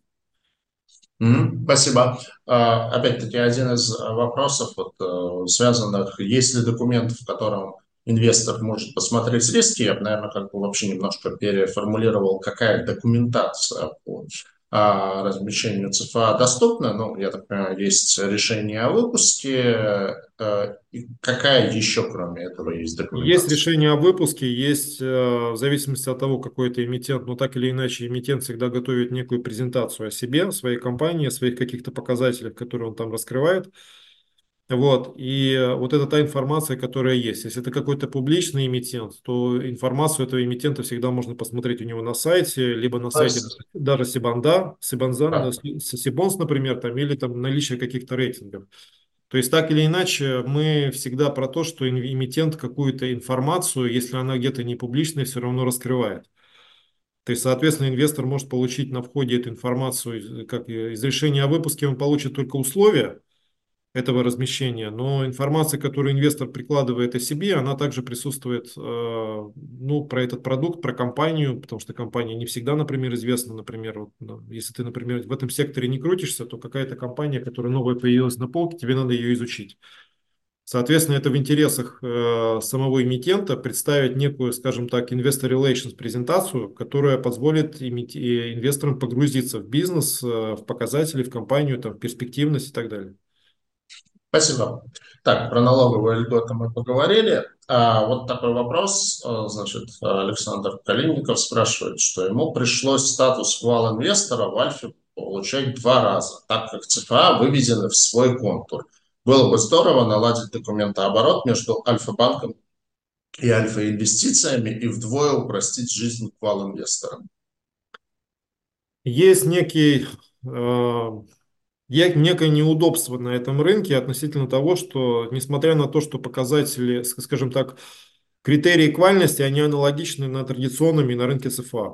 Спасибо. Опять-таки, один из вопросов, вот, связанных, есть ли документ, в котором инвестор может посмотреть риски, я бы, наверное, как бы вообще немножко переформулировал, какая документация по размещению ЦФА доступна. Ну, я так понимаю, есть решение о выпуске. И какая еще, кроме этого, есть Есть документация? решение о выпуске, есть, в зависимости от того, какой это эмитент, но так или иначе эмитент всегда готовит некую презентацию о себе, о своей компании, о своих каких-то показателях, которые он там раскрывает. Вот, и вот это та информация, которая есть. Если это какой-то публичный эмитент, то информацию этого эмитента всегда можно посмотреть у него на сайте, либо на То сайте есть, даже Сибанда, да. Сибонс, например, там, или там наличие каких-то рейтингов. То есть так или иначе мы всегда про то, что эмитент какую-то информацию, если она где-то не публичная, все равно раскрывает. То есть, соответственно, инвестор может получить на входе эту информацию, как из решения о выпуске он получит только условия, этого размещения, но информация, которую инвестор прикладывает о себе, она также присутствует ну, про этот продукт, про компанию, потому что компания не всегда, например, известна. Например, вот, ну, если ты, например, в этом секторе не крутишься, то какая-то компания, которая новая появилась на полке, тебе надо ее изучить. Соответственно, это в интересах самого эмитента представить некую, скажем так, investor relations презентацию, которая позволит инвесторам погрузиться в бизнес, в показатели, в компанию, там, в перспективность и так далее. Спасибо. Так, про налоговые льготы мы поговорили. Вот такой вопрос. Значит, Александр Калинников спрашивает, что ему пришлось статус вал-инвестора в Альфе получать 2 раза, так как ЦФА выведены в свой контур. Было бы здорово наладить документооборот между Альфа-банком и Альфа-инвестициями и вдвое упростить жизнь вал-инвесторам. Есть некое неудобство на этом рынке относительно того, что, несмотря на то, что показатели, скажем так, критерии эквальности, они аналогичны на традиционном и на рынке ЦФА.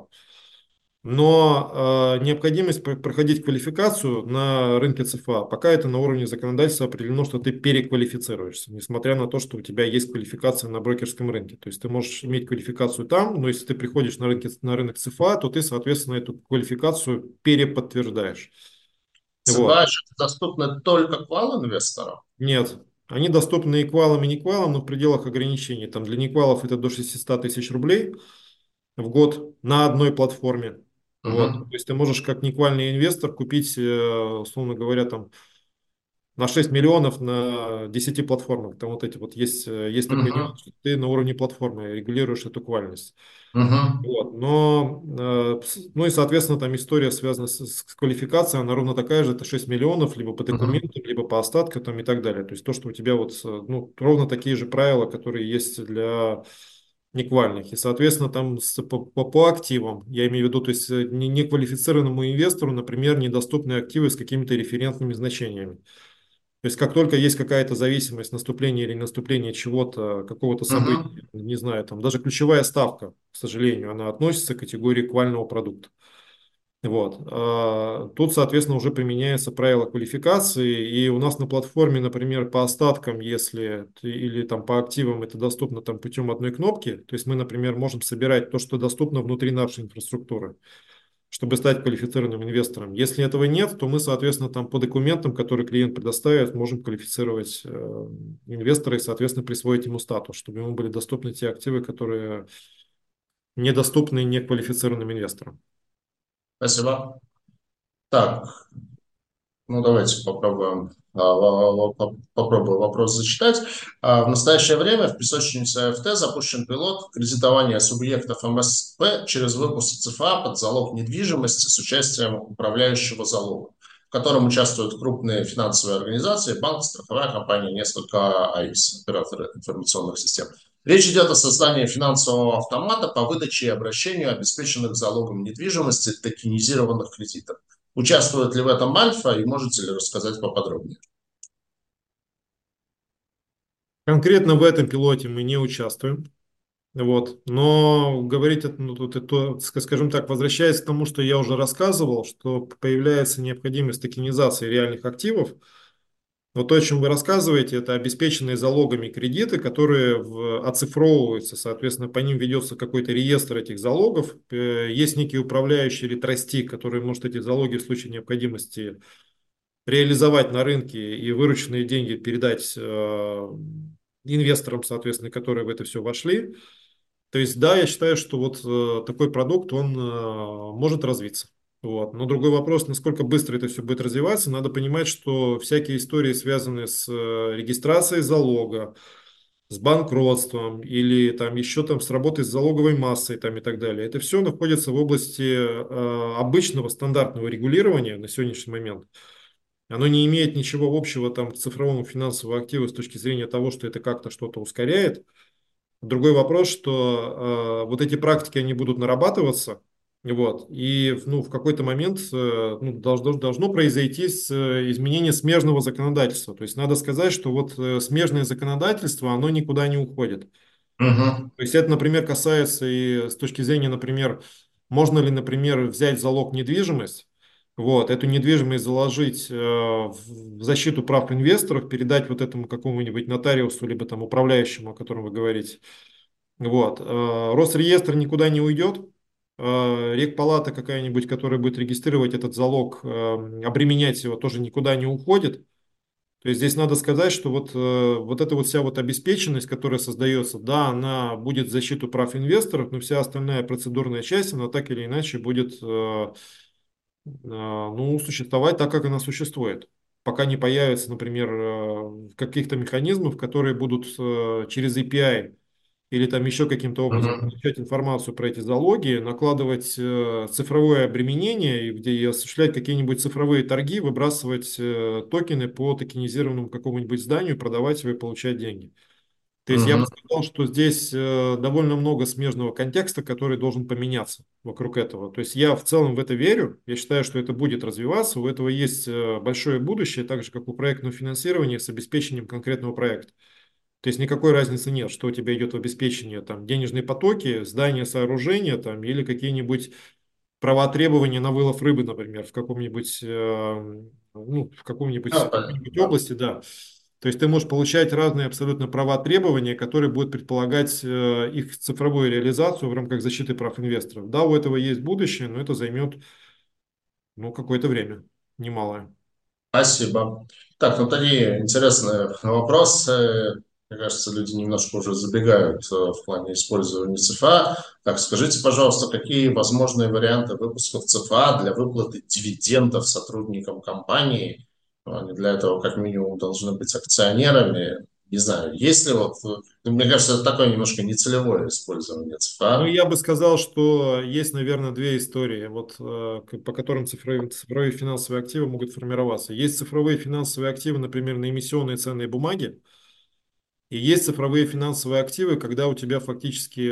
Но необходимость проходить квалификацию на рынке ЦФА, пока это на уровне законодательства определено, что ты переквалифицируешься, несмотря на то, что у тебя есть квалификация на брокерском рынке. То есть ты можешь иметь квалификацию там, но если ты приходишь на рынок ЦФА, то ты, соответственно, эту квалификацию переподтверждаешь. ЦФА Вот. же доступны только к вал-инвесторам. Нет, они доступны эквалам и неквалам, но в пределах ограничений. Там для неквалов это до 600 тысяч рублей в год на одной платформе. Вот. То Мгм. есть ты можешь как неквальный инвестор купить, условно говоря, там на 6 миллионов на 10 платформах. Там вот эти вот есть такой Мгм. нюанс, что ты на уровне платформы регулируешь эту квальность. Мгм. Вот. Но, ну и, соответственно, там история связана с квалификацией, она ровно такая же, это 6 миллионов, либо по Мгм. документам, либо по остаткам там, и так далее. То есть то, что у тебя вот, ну, ровно такие же правила, которые есть для неквальных. И, соответственно, там по активам, я имею в виду, то есть неквалифицированному инвестору, например, недоступны активы с какими-то референтными значениями. То есть как только есть какая-то зависимость, наступления или наступления чего-то, какого-то Мгм. события, не знаю, там даже ключевая ставка, к сожалению, она относится к категории квального продукта. Вот. Тут, соответственно, уже применяется правило квалификации, и у нас на платформе, например, по остаткам, если или там по активам это доступно там путем одной кнопки, то есть мы, например, можем собирать то, что доступно внутри нашей инфраструктуры, чтобы стать квалифицированным инвестором. Если этого нет, то мы, соответственно, там по документам, которые клиент предоставит, можем квалифицировать инвестора и, соответственно, присвоить ему статус, чтобы ему были доступны те активы, которые недоступны неквалифицированным инвесторам. Спасибо. Так, ну, давайте попробуем, попробую вопрос зачитать. В настоящее время в песочнице АФТ запущен пилот кредитования субъектов МСП через выпуск ЦФА под залог недвижимости с участием управляющего залога, в котором участвуют крупные финансовые организации, банк, страховая компания, несколько АИС, операторы информационных систем. Речь идет о создании финансового автомата по выдаче и обращению обеспеченных залогом недвижимости токенизированных кредитов. Участвует ли в этом Альфа и можете ли рассказать поподробнее? Конкретно в этом пилоте мы не участвуем. Вот. Но говорить, ну, тут, скажем так, возвращаясь к тому, что я уже рассказывал, что появляется необходимость токенизации реальных активов. Вот то, о чем вы рассказываете, это обеспеченные залогами кредиты, которые оцифровываются, соответственно, по ним ведется какой-то реестр этих залогов. Есть некий управляющий или тростник, который может эти залоги в случае необходимости реализовать на рынке и вырученные деньги передать инвесторам, соответственно, которые в это все вошли. То есть, да, я считаю, что вот такой продукт, он может развиться. Вот. Но другой вопрос, насколько быстро это все будет развиваться. Надо понимать, что всякие истории, связанные с регистрацией залога, с банкротством или там еще там с работой с залоговой массой там, и так далее, это все находится в области обычного стандартного регулирования на сегодняшний момент. Оно не имеет ничего общего там, к цифровому финансовому активу с точки зрения того, что это как-то что-то ускоряет. Другой вопрос, что вот эти практики, они будут нарабатываться, вот, и ну, в какой-то момент ну, должно произойти изменение смежного законодательства. То есть надо сказать, что вот смежное законодательство, оно никуда не уходит. Мгм. То есть это, например, касается и с точки зрения, например, можно ли, например, взять в залог недвижимость, вот, эту недвижимость заложить в защиту прав инвесторов, передать вот этому какому-нибудь нотариусу, либо там управляющему, о котором вы говорите. Вот. Росреестр никуда не уйдет. Регпалата какая-нибудь, которая будет регистрировать этот залог, обременять его, тоже никуда не уходит. То есть здесь надо сказать, что вот эта вот вся вот обеспеченность, которая создается, да, она будет в защиту прав инвесторов, но вся остальная процедурная часть, она так или иначе будет ну, существовать так, как она существует. Пока не появится, например, каких-то механизмов, которые будут через API или там еще каким-то образом Мгм. получать информацию про эти залоги, накладывать цифровое обременение, где и осуществлять какие-нибудь цифровые торги, выбрасывать токены по токенизированному какому-нибудь зданию, продавать его и получать деньги. То есть я бы Мгм. сказал, что здесь довольно много смежного контекста, который должен поменяться вокруг этого. То есть я в целом в это верю, я считаю, что это будет развиваться, у этого есть большое будущее, так же как у проектного финансирования с обеспечением конкретного проекта. То есть никакой разницы нет, что у тебя идет в обеспечение, там, денежные потоки, здания, сооружения, там, или какие-нибудь права требования на вылов рыбы, например, в каком-нибудь, ну, Да, в понятно, какой-нибудь да. области, да. То есть ты можешь получать разные абсолютно права требования, которые будут предполагать их цифровую реализацию в рамках защиты прав инвесторов. Да, у этого есть будущее, но это займет, ну, какое-то время, немалое. Спасибо. Так, ну такие интересные вопросы. Мне кажется, люди немножко уже забегают в плане использования ЦФА. Так, скажите, пожалуйста, какие возможные варианты выпусков ЦФА для выплаты дивидендов сотрудникам компании? Ну, они для этого как минимум должны быть акционерами. Не знаю, есть ли вот, ну, мне кажется, это такое немножко нецелевое использование Ну, ЦФА. я бы сказал, что есть, наверное, две истории, вот, по которым цифровые финансовые активы могут формироваться. Есть цифровые финансовые активы, например, на эмиссионные ценные бумаги. И есть цифровые финансовые активы, когда у тебя фактически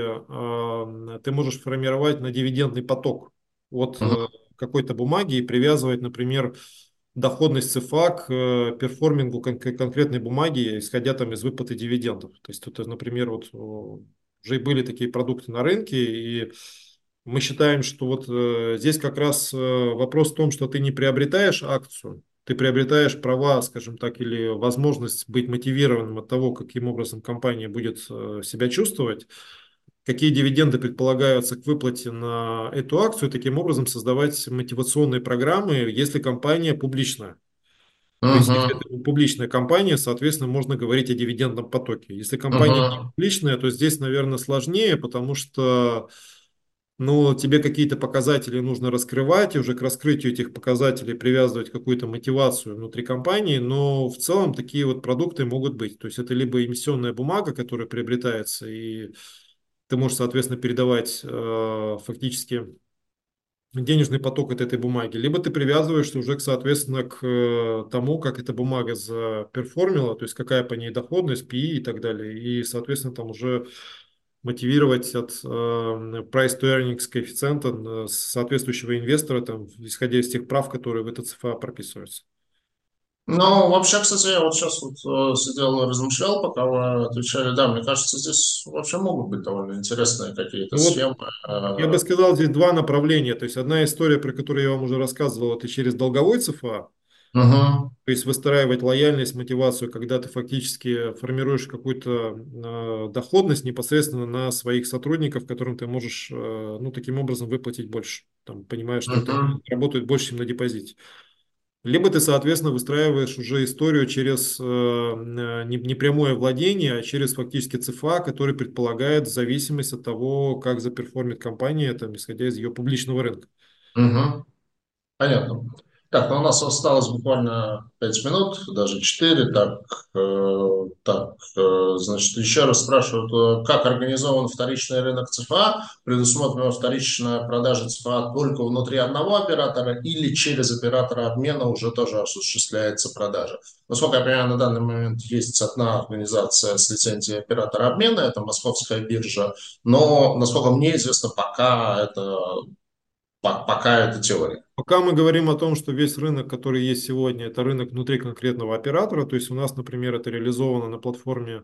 ты можешь формировать на дивидендный поток от Мгм. какой-то бумаги и привязывать, например, доходность ЦФА к перформингу конкретной бумаги, исходя там из выплаты дивидендов. То есть тут, например, вот уже и были такие продукты на рынке, и мы считаем, что вот здесь как раз вопрос в том, что ты не приобретаешь акцию, ты приобретаешь права, скажем так, или возможность быть мотивированным от того, каким образом компания будет себя чувствовать, какие дивиденды предполагаются к выплате на эту акцию, таким образом создавать мотивационные программы, если компания публичная. То есть, если Мгм. это публичная компания, соответственно, можно говорить о дивидендном потоке. Если компания не Мгм. публичная, то здесь, наверное, сложнее, потому что тебе какие-то показатели нужно раскрывать, и уже к раскрытию этих показателей привязывать какую-то мотивацию внутри компании, но в целом такие вот продукты могут быть. То есть это либо эмиссионная бумага, которая приобретается, и ты можешь, соответственно, передавать фактически денежный поток от этой бумаги, либо ты привязываешься уже, соответственно, к тому, как эта бумага заперформила, то есть какая по ней доходность, PE и так далее, и, соответственно, там уже мотивировать от price to earnings коэффициента соответствующего инвестора, там, исходя из тех прав, которые в этот ЦФА прописываются. Ну, вообще, кстати, я вот сейчас вот сидел и размышлял, пока вы отвечали. Да, мне кажется, здесь вообще могут быть довольно интересные какие-то Ну вот схемы. я бы сказал, здесь два направления. То есть одна история, про которую я вам уже рассказывал, это через долговой ЦФА. Мгм. То есть выстраивать лояльность, мотивацию, когда ты фактически формируешь какую-то доходность непосредственно на своих сотрудников, которым ты можешь, таким образом выплатить больше, там, понимая, что это Мгм. работает больше, чем на депозите. Либо ты, соответственно, выстраиваешь уже историю через не прямое владение, а через фактически ЦФА, который предполагает зависимость от того, как заперформит компания, там, исходя из ее публичного рынка. Мгм. Понятно. Так, ну у нас осталось буквально 5 минут, даже 4. Значит, еще раз спрашивают, как организован вторичный рынок ЦФА? Предусмотрена вторичная продажа ЦФА только внутри одного оператора или через оператора обмена уже тоже осуществляется продажа? Насколько я понимаю, на данный момент есть одна организация с лицензией оператора обмена, это Московская биржа, но, насколько мне известно, пока это теория. Пока мы говорим о том, что весь рынок, который есть сегодня, это рынок внутри конкретного оператора, то есть у нас, например, это реализовано на платформе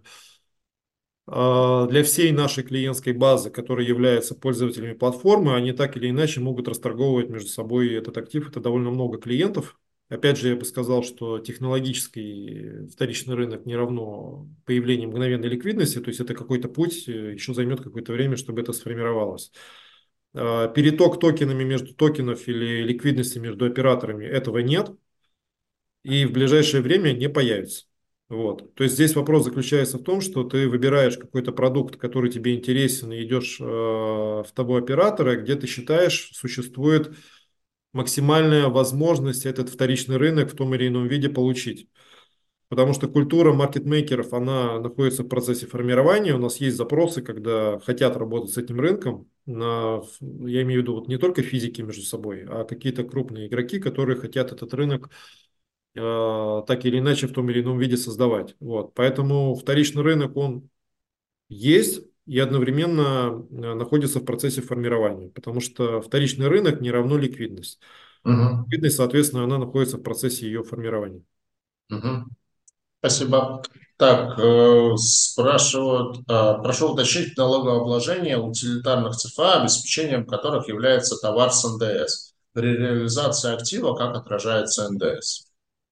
для всей нашей клиентской базы, которые являются пользователями платформы, они так или иначе могут расторговывать между собой этот актив. Это довольно много клиентов. Опять же, я бы сказал, что технологический вторичный рынок не равно появлению мгновенной ликвидности, то есть это какой-то путь, еще займет какое-то время, чтобы это сформировалось. Переток токенами между токенов или ликвидности между операторами этого нет и в ближайшее время не появится. Вот. То есть здесь вопрос заключается в том, что ты выбираешь какой-то продукт, который тебе интересен, и идешь в того оператора, где ты считаешь существует максимальная возможность этот вторичный рынок в том или ином виде получить. Потому что культура маркетмейкеров, она находится в процессе формирования. У нас есть запросы, когда хотят работать с этим рынком. Я имею в виду вот не только физики между собой, а какие-то крупные игроки, которые хотят этот рынок так или иначе в том или ином виде создавать. Вот. Поэтому вторичный рынок, он есть и одновременно находится в процессе формирования, потому что вторичный рынок не равно ликвидность. Мгм. Ликвидность, соответственно, она находится в процессе ее формирования. Мгм. Спасибо. Так, спрашивают, прошу уточнить налогообложение утилитарных ЦФА, обеспечением которых является товар с НДС. При реализации актива как отражается НДС?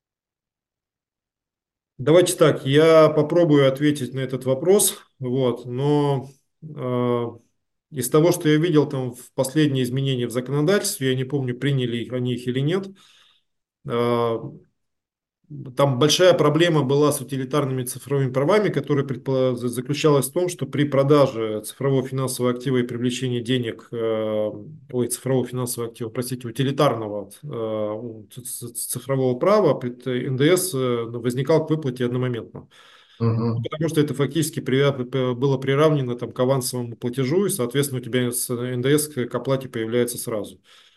Давайте так, я попробую ответить на этот вопрос, вот, но э, из того, что я видел там в последние изменения в законодательстве, я не помню, они их или нет. э, Там большая проблема была с утилитарными цифровыми правами, которая заключалась в том, что при продаже цифрового финансового актива и привлечении денег, цифрового финансового актива, простите, утилитарного цифрового права, НДС возникал к выплате одномоментно. Мгм. Потому что это фактически было приравнено там, к авансовому платежу, и, соответственно, у тебя с НДС к оплате появляется сразу.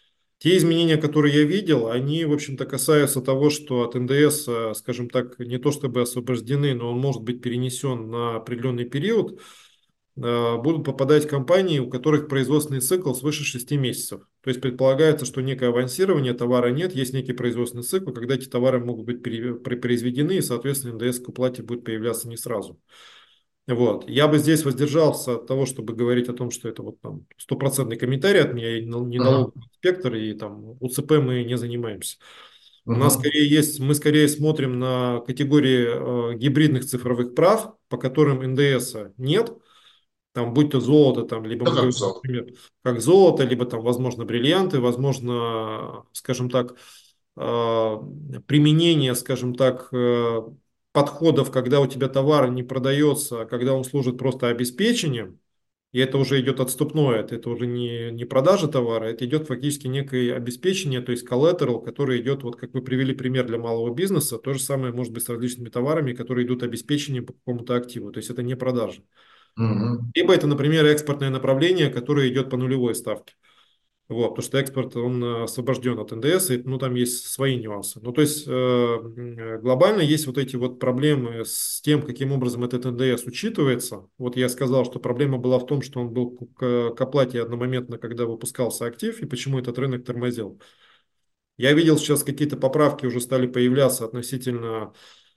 Те изменения, которые я видел, они, в общем-то, касаются того, что от НДС, скажем так, не то чтобы освобождены, но он может быть перенесен на определенный период, будут попадать компании, у которых производственный цикл свыше 6 месяцев. То есть предполагается, что некое авансирование, товара нет, есть некий производственный цикл, когда эти товары могут быть произведены, и, соответственно, НДС к уплате будет появляться не сразу. Вот. Я бы здесь воздержался от того, чтобы говорить о том, что это вот там стопроцентный комментарий от меня, я не Мгм. налоговый инспектор, и там УЦП мы не занимаемся. У нас Мгм. скорее есть, мы скорее смотрим на категории гибридных цифровых прав, по которым НДС нет, там, будь то золото, там, либо Ну, мы как говорим, зал. например, как золото, либо там, возможно, бриллианты, возможно, скажем так, э, применение, скажем так, подходов, когда у тебя товар не продается, а когда он служит просто обеспечением, и это уже идет отступное, это уже не продажа товара, это идет фактически некое обеспечение, то есть collateral, который идет, вот как вы привели пример для малого бизнеса, то же самое может быть с различными товарами, которые идут обеспечением по какому-то активу, то есть это не продажа. Мгм. Либо это, например, экспортное направление, которое идет по нулевой ставке. Вот, потому что экспорт, он освобожден от НДС, и, ну, там есть свои нюансы. Ну, то есть, глобально есть вот эти вот проблемы с тем, каким образом этот НДС учитывается. Вот я сказал, что проблема была в том, что он был к оплате одномоментно, когда выпускался актив, и почему этот рынок тормозил. Я видел сейчас какие-то поправки уже стали появляться относительно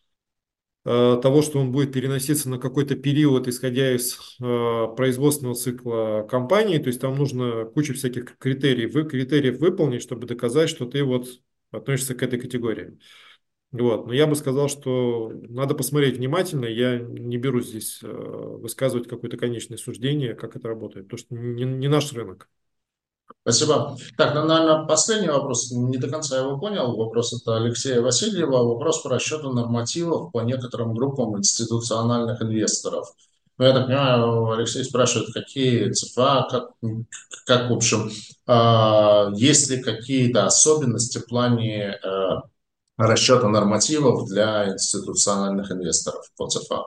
того, что он будет переноситься на какой-то период, исходя из производственного цикла компании. То есть там нужно куча всяких критериев выполнить, чтобы доказать, что ты вот относишься к этой категории. Вот. Но я бы сказал, что надо посмотреть внимательно. Я не берусь здесь высказывать какое-то конечное суждение, как это работает, потому что не наш рынок. Спасибо. Так, ну, наверное, последний вопрос. Не до конца его понял. Вопрос от Алексея Васильева. Вопрос по расчету нормативов по некоторым группам институциональных инвесторов. Ну, я так понимаю, Алексей спрашивает, какие ЦФА, как в общем, есть ли какие-то особенности в плане расчета нормативов для институциональных инвесторов по ЦФА?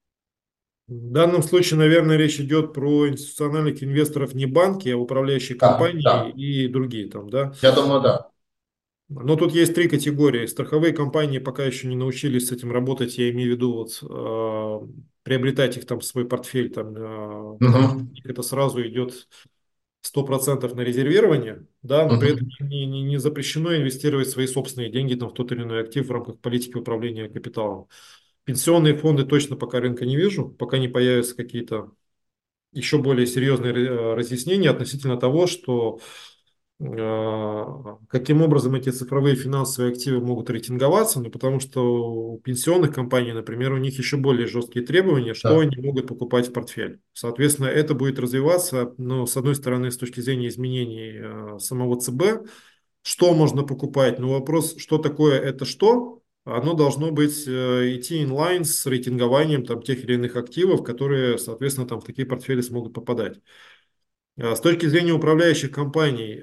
В данном случае, наверное, речь идет про институциональных инвесторов, не банки, а управляющие Да, компании да. и другие там, да. Я думаю, да. Но тут есть три категории. Страховые компании пока еще не научились с этим работать. Я имею в виду вот, приобретать их там в свой портфель, там, потому что Мгм. у них это сразу идет 100% на резервирование, да, но при этом Мгм. не запрещено инвестировать свои собственные деньги там, в тот или иной актив в рамках политики управления капиталом. Пенсионные фонды точно пока рынка не вижу, пока не появятся какие-то еще более серьезные разъяснения относительно того, что каким образом эти цифровые финансовые активы могут рейтинговаться, ну, потому что у пенсионных компаний, например, у них еще более жесткие требования, что Да. они могут покупать в портфель. Соответственно, это будет развиваться, но, с одной стороны, с точки зрения изменений самого ЦБ, что можно покупать, но вопрос, что такое это что, оно должно быть идти инлайн с рейтингованием там, тех или иных активов, которые, соответственно, там, в такие портфели смогут попадать. С точки зрения управляющих компаний,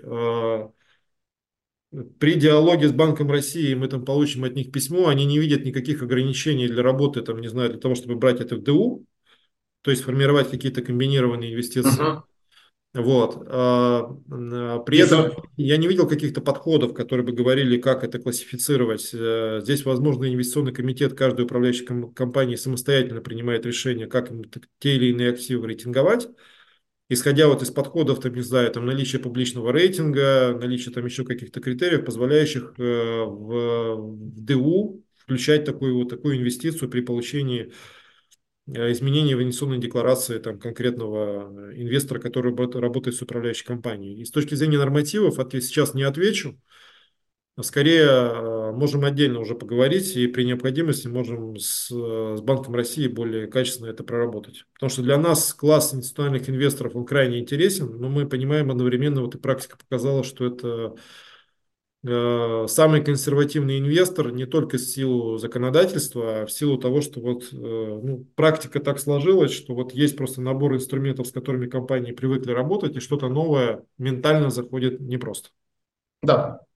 при диалоге с Банком России мы там получим от них письмо, они не видят никаких ограничений для работы, там, не знаю, для того, чтобы брать это в ДУ, то есть формировать какие-то комбинированные инвестиции. Мгм. Вот. При этом Если я не видел каких-то подходов, которые бы говорили, как это классифицировать. Здесь, возможно, инвестиционный комитет каждой управляющей компании самостоятельно принимает решение, как им те или иные активы рейтинговать. Исходя вот из подходов, там, не знаю, там, наличие публичного рейтинга, наличие там еще каких-то критериев, позволяющих в ДУ включать такую инвестицию при получении изменений в инвестиционной декларации там, конкретного инвестора, который работает с управляющей компанией. И с точки зрения нормативов, сейчас не отвечу. Скорее, можем отдельно уже поговорить и при необходимости можем с Банком России более качественно это проработать. Потому что для нас класс институциональных инвесторов, он крайне интересен, но мы понимаем одновременно, вот и практика показала, что это самый консервативный инвестор не только в силу законодательства, а в силу того, что вот, ну, практика так сложилась, что вот есть просто набор инструментов, с которыми компании привыкли работать, и что-то новое ментально заходит непросто. Да.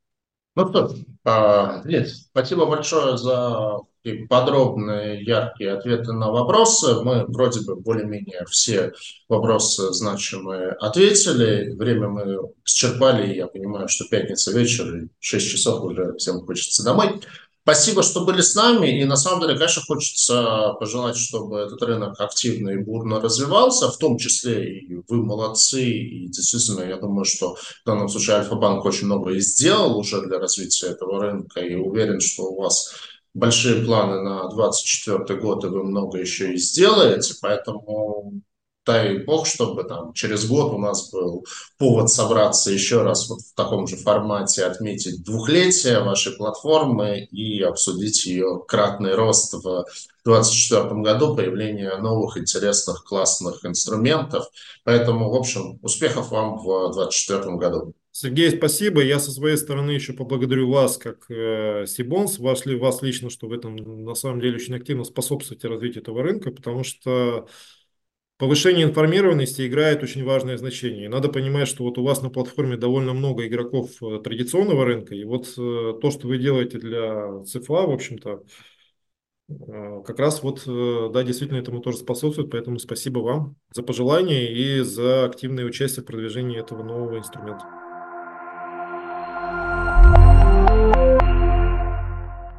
Ну что ж, Денис, спасибо большое за такие подробные, яркие ответы на вопросы. Мы вроде бы более-менее все вопросы значимые ответили. Время мы исчерпали, и я понимаю, что пятница вечер, и 6 часов уже всем хочется домой. Спасибо, что были с нами. И на самом деле, конечно, хочется пожелать, чтобы этот рынок активно и бурно развивался, в том числе и вы молодцы. И действительно, я думаю, что в данном случае Альфа-банк очень много и сделал уже для развития этого рынка, и уверен, что у вас большие планы на 2024 год, и вы много еще и сделаете, поэтому дай бог, чтобы там через год у нас был повод собраться еще раз вот в таком же формате, отметить двухлетие вашей платформы и обсудить ее кратный рост в 2024 году, появление новых интересных классных инструментов. Поэтому, в общем, успехов вам в 2024 году. Сергей, спасибо. Я со своей стороны еще поблагодарю вас, как Сибонс, вас лично, что в этом на самом деле очень активно способствуете развитию этого рынка, потому что повышение информированности играет очень важное значение. И надо понимать, что вот у вас на платформе довольно много игроков традиционного рынка, и вот то, что вы делаете для ЦФА, в общем-то, как раз вот, да, действительно этому тоже способствует, поэтому спасибо вам за пожелания и за активное участие в продвижении этого нового инструмента.